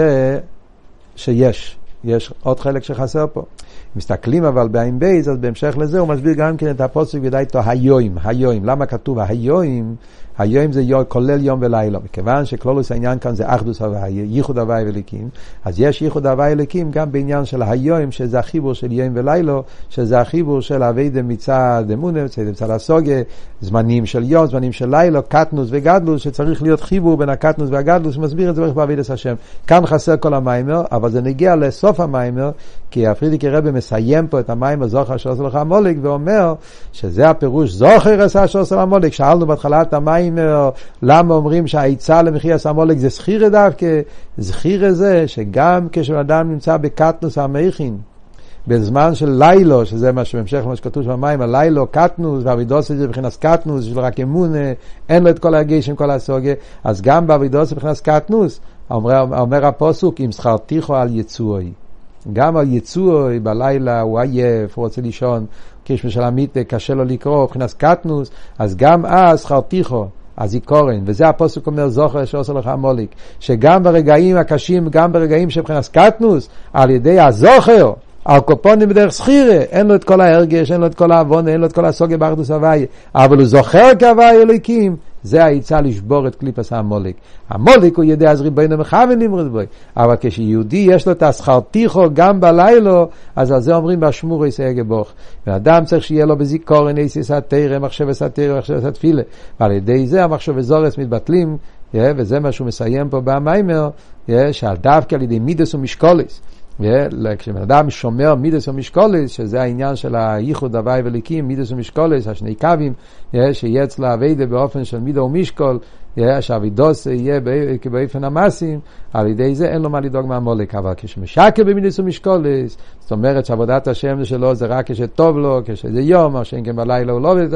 שיש. יש עוד חלק שחסר פה. מסתכלים אבל בעין בייז, אז בהמשך לזה הוא מסביר גם כן את הפוסק וידע איתו היואים, היואים. למה כתוב היואים? היום זה יום, כולל יום ולילה, מכיוון שכלולוס העניין כאן זה אחדוס הוויה, ייחוד הוויה ואלוקים, אז יש ייחוד הוויה ואלוקים גם בעניין של היום, שזה החיבור של יום ולילה, שזה החיבור של עבודה מצד אמונה, מצד הסוגיה, זמנים של יום, זמנים של לילה, קטנוס וגדלוס, שצריך להיות חיבור בין הקטנוס והגדלוס, מסביר את זה בעבודת השם. כאן חסר כל המיימר, אבל זה נגיע לסוף המיימר, כי הפרידיקי רבי מסיים פה את המיימר זוכר שעושה לך המולק, ואומר שזה הפירוש זוכר עשה שעושה המולק. שאלנו בהתחלת המיימר, למה אומרים שהעיצה למחיר הסמולק זה זכירה דווקא? זכירה זה שגם כשאדם נמצא בקטנוס המכין, בזמן של לילו, שזה מה שבהמשך מה שכתוב במים, הלילו, קטנוס, והעבידוס הזה בבחינת קטנוס, יש לו רק אמונה, אין לו את כל הגשם, כל הסוגיה, אז גם בעבידוס בבחינת קטנוס, אומר, אומר הפוסוק, אם שכרתיכו על יצואי. גם על יצואי בלילה הוא עייף, הוא רוצה לישון, כשמשל עמית קשה לו לקרוא, בבחינת קטנוס, אז גם אז שכרתיכו, הזיכורן, וזה הפוסק אומר זוכר שעושה לך המוליק, שגם ברגעים הקשים, גם ברגעים שבחינת קטנוס, על ידי הזוכר, הקופונים בדרך סחירה, אין לו את כל ההרגש, אין לו את כל העוון, אין לו את כל הסוגיה באחדוס הוויה, אבל הוא זוכר כהוויה אלוקים, זה העיצה לשבור את קליפס המוליק. המוליק הוא ידע אז ריבונו מכוון למרוד בו, אבל כשיהודי יש לו את השכרתיכו גם בלילה, אז על זה אומרים בשמור יסייג בוך. ואדם צריך שיהיה לו בזיכורן, יסיס התרא, מחשב התרא, מחשב התפילה, ועל ידי זה המחשב וזורס מתבטלים, וזה מה שהוא מסיים פה במיימר, שהדווקא על ידי מידס ומשקולס, כשאדם שומר מידס ומשקולס, שזה העניין של הייחוד הוויה ואלוקים, מידס ומשקולס, השני קווים, שיהיה אצלה עבודה באופן של מידה ומשקול, שהעבידוס יהיה באופן המעשים, על ידי זה אין לו מה לדאוג מהמולק. אבל כשמשקל במידס ומשקולס, זאת אומרת שעבודת השם שלו זה רק כשטוב לו, כשזה יום, או שאין כן בלילה הוא לא עובד,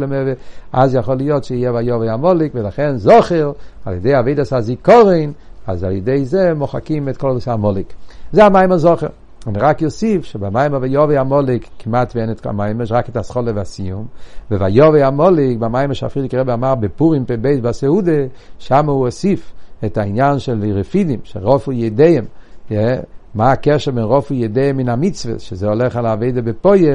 אז יכול להיות שיהיה ויובא המולק, ולכן זוכר, על ידי עבודת הזיכורן, אז על ידי זה מוחקים את כל נושא המולק. זה המים הזוכר. אני רק יוסיף שבמים ויובא המולק כמעט ואין את המים, יש רק את הסחולה והסיום. ויובא המולק, במים שהפרידיק רבי אמר בפורים פבית בסעודה, שם הוא הוסיף את העניין של רפידים, שרופו ידיהם. מה הקשר בין רופו ידיהם מן המצווה, שזה הולך על העבודה בפויל,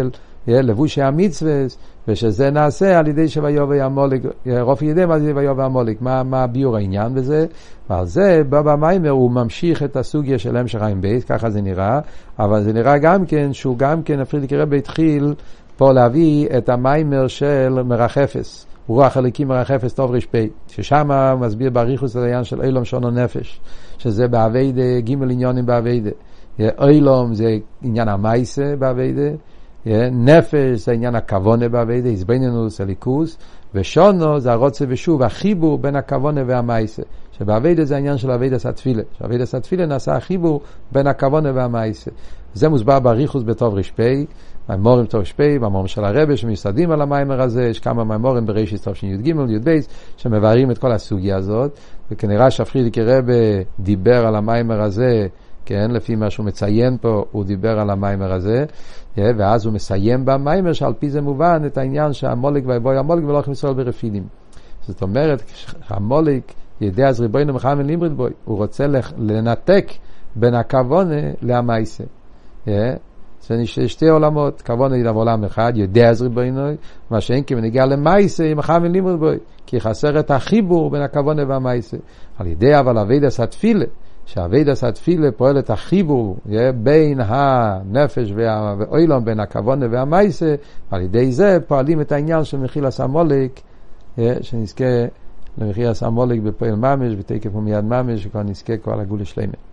לבושי המצווה, ושזה נעשה על ידי שויובא עמלק, רופא ידע מה זה ויובא עמלק, מה, מה ביור העניין בזה, ועל זה בא במיימר הוא ממשיך את הסוגיה של המשך חיים בית, ככה זה נראה, אבל זה נראה גם כן שהוא גם כן הפרידיקי רבי התחיל פה להביא את המיימר של מרחפס, רוח הליקים מרחפס טוב רשפי, ששם מסביר באריכות את העניין של אילום שונו נפש, שזה בעבודה, ג' עניונים בעבודה, אילום זה עניין המייסה בעבודה, נפש זה עניין הכוונה בעבודה, הזבנינוס, הליכוס, ושונו זה הרוצה ושוב, החיבור בין הכוונה והמייסה, שבעבודה זה העניין של עבודת התפילה, שעבודת התפילה נעשה החיבור בין הכוונה והמייסה. זה מוסבר באריכות בטוב רשפי, מהמורים טוב רשפי, מהמורים של הרבי שמסתדים על המיימר הזה, יש כמה מהמורים בראשית טוב של י"ג י"ב שמבארים את כל הסוגיה הזאת, וכנראה שהפרידיקי רבי דיבר על המיימר הזה, כן, לפי מה שהוא מציין פה, הוא דיבר על המיימר הזה, ואז הוא מסיים במיימר שעל פי זה מובן את העניין שהמולק ויבוא המולק ולא יכולים ישראל ברפידים. זאת אומרת, המולק ידע אז ריבונו מחמד לימרד בוי, הוא רוצה לנתק בין הכוונה למעשה. זה שתי עולמות, כוונה היא לעולם אחד, יודע אז ריבונו, מה שאין כי מנגיע למעשה עם מחמד לימרד בוי, כי חסר את החיבור בין הכוונה והמעשה. על ידי אבל עבודת התפילה, שהעבודת התפילה פועל את החיבור בין הנפש והאילום, בין הכוונה והמעשה, על ידי זה פועלים את העניין של מחילת המולק, שנזכה למחילת המולק בפועל ממש, בתקף ומיד ממש, שכבר נזכה כבר לגאולה שלמה.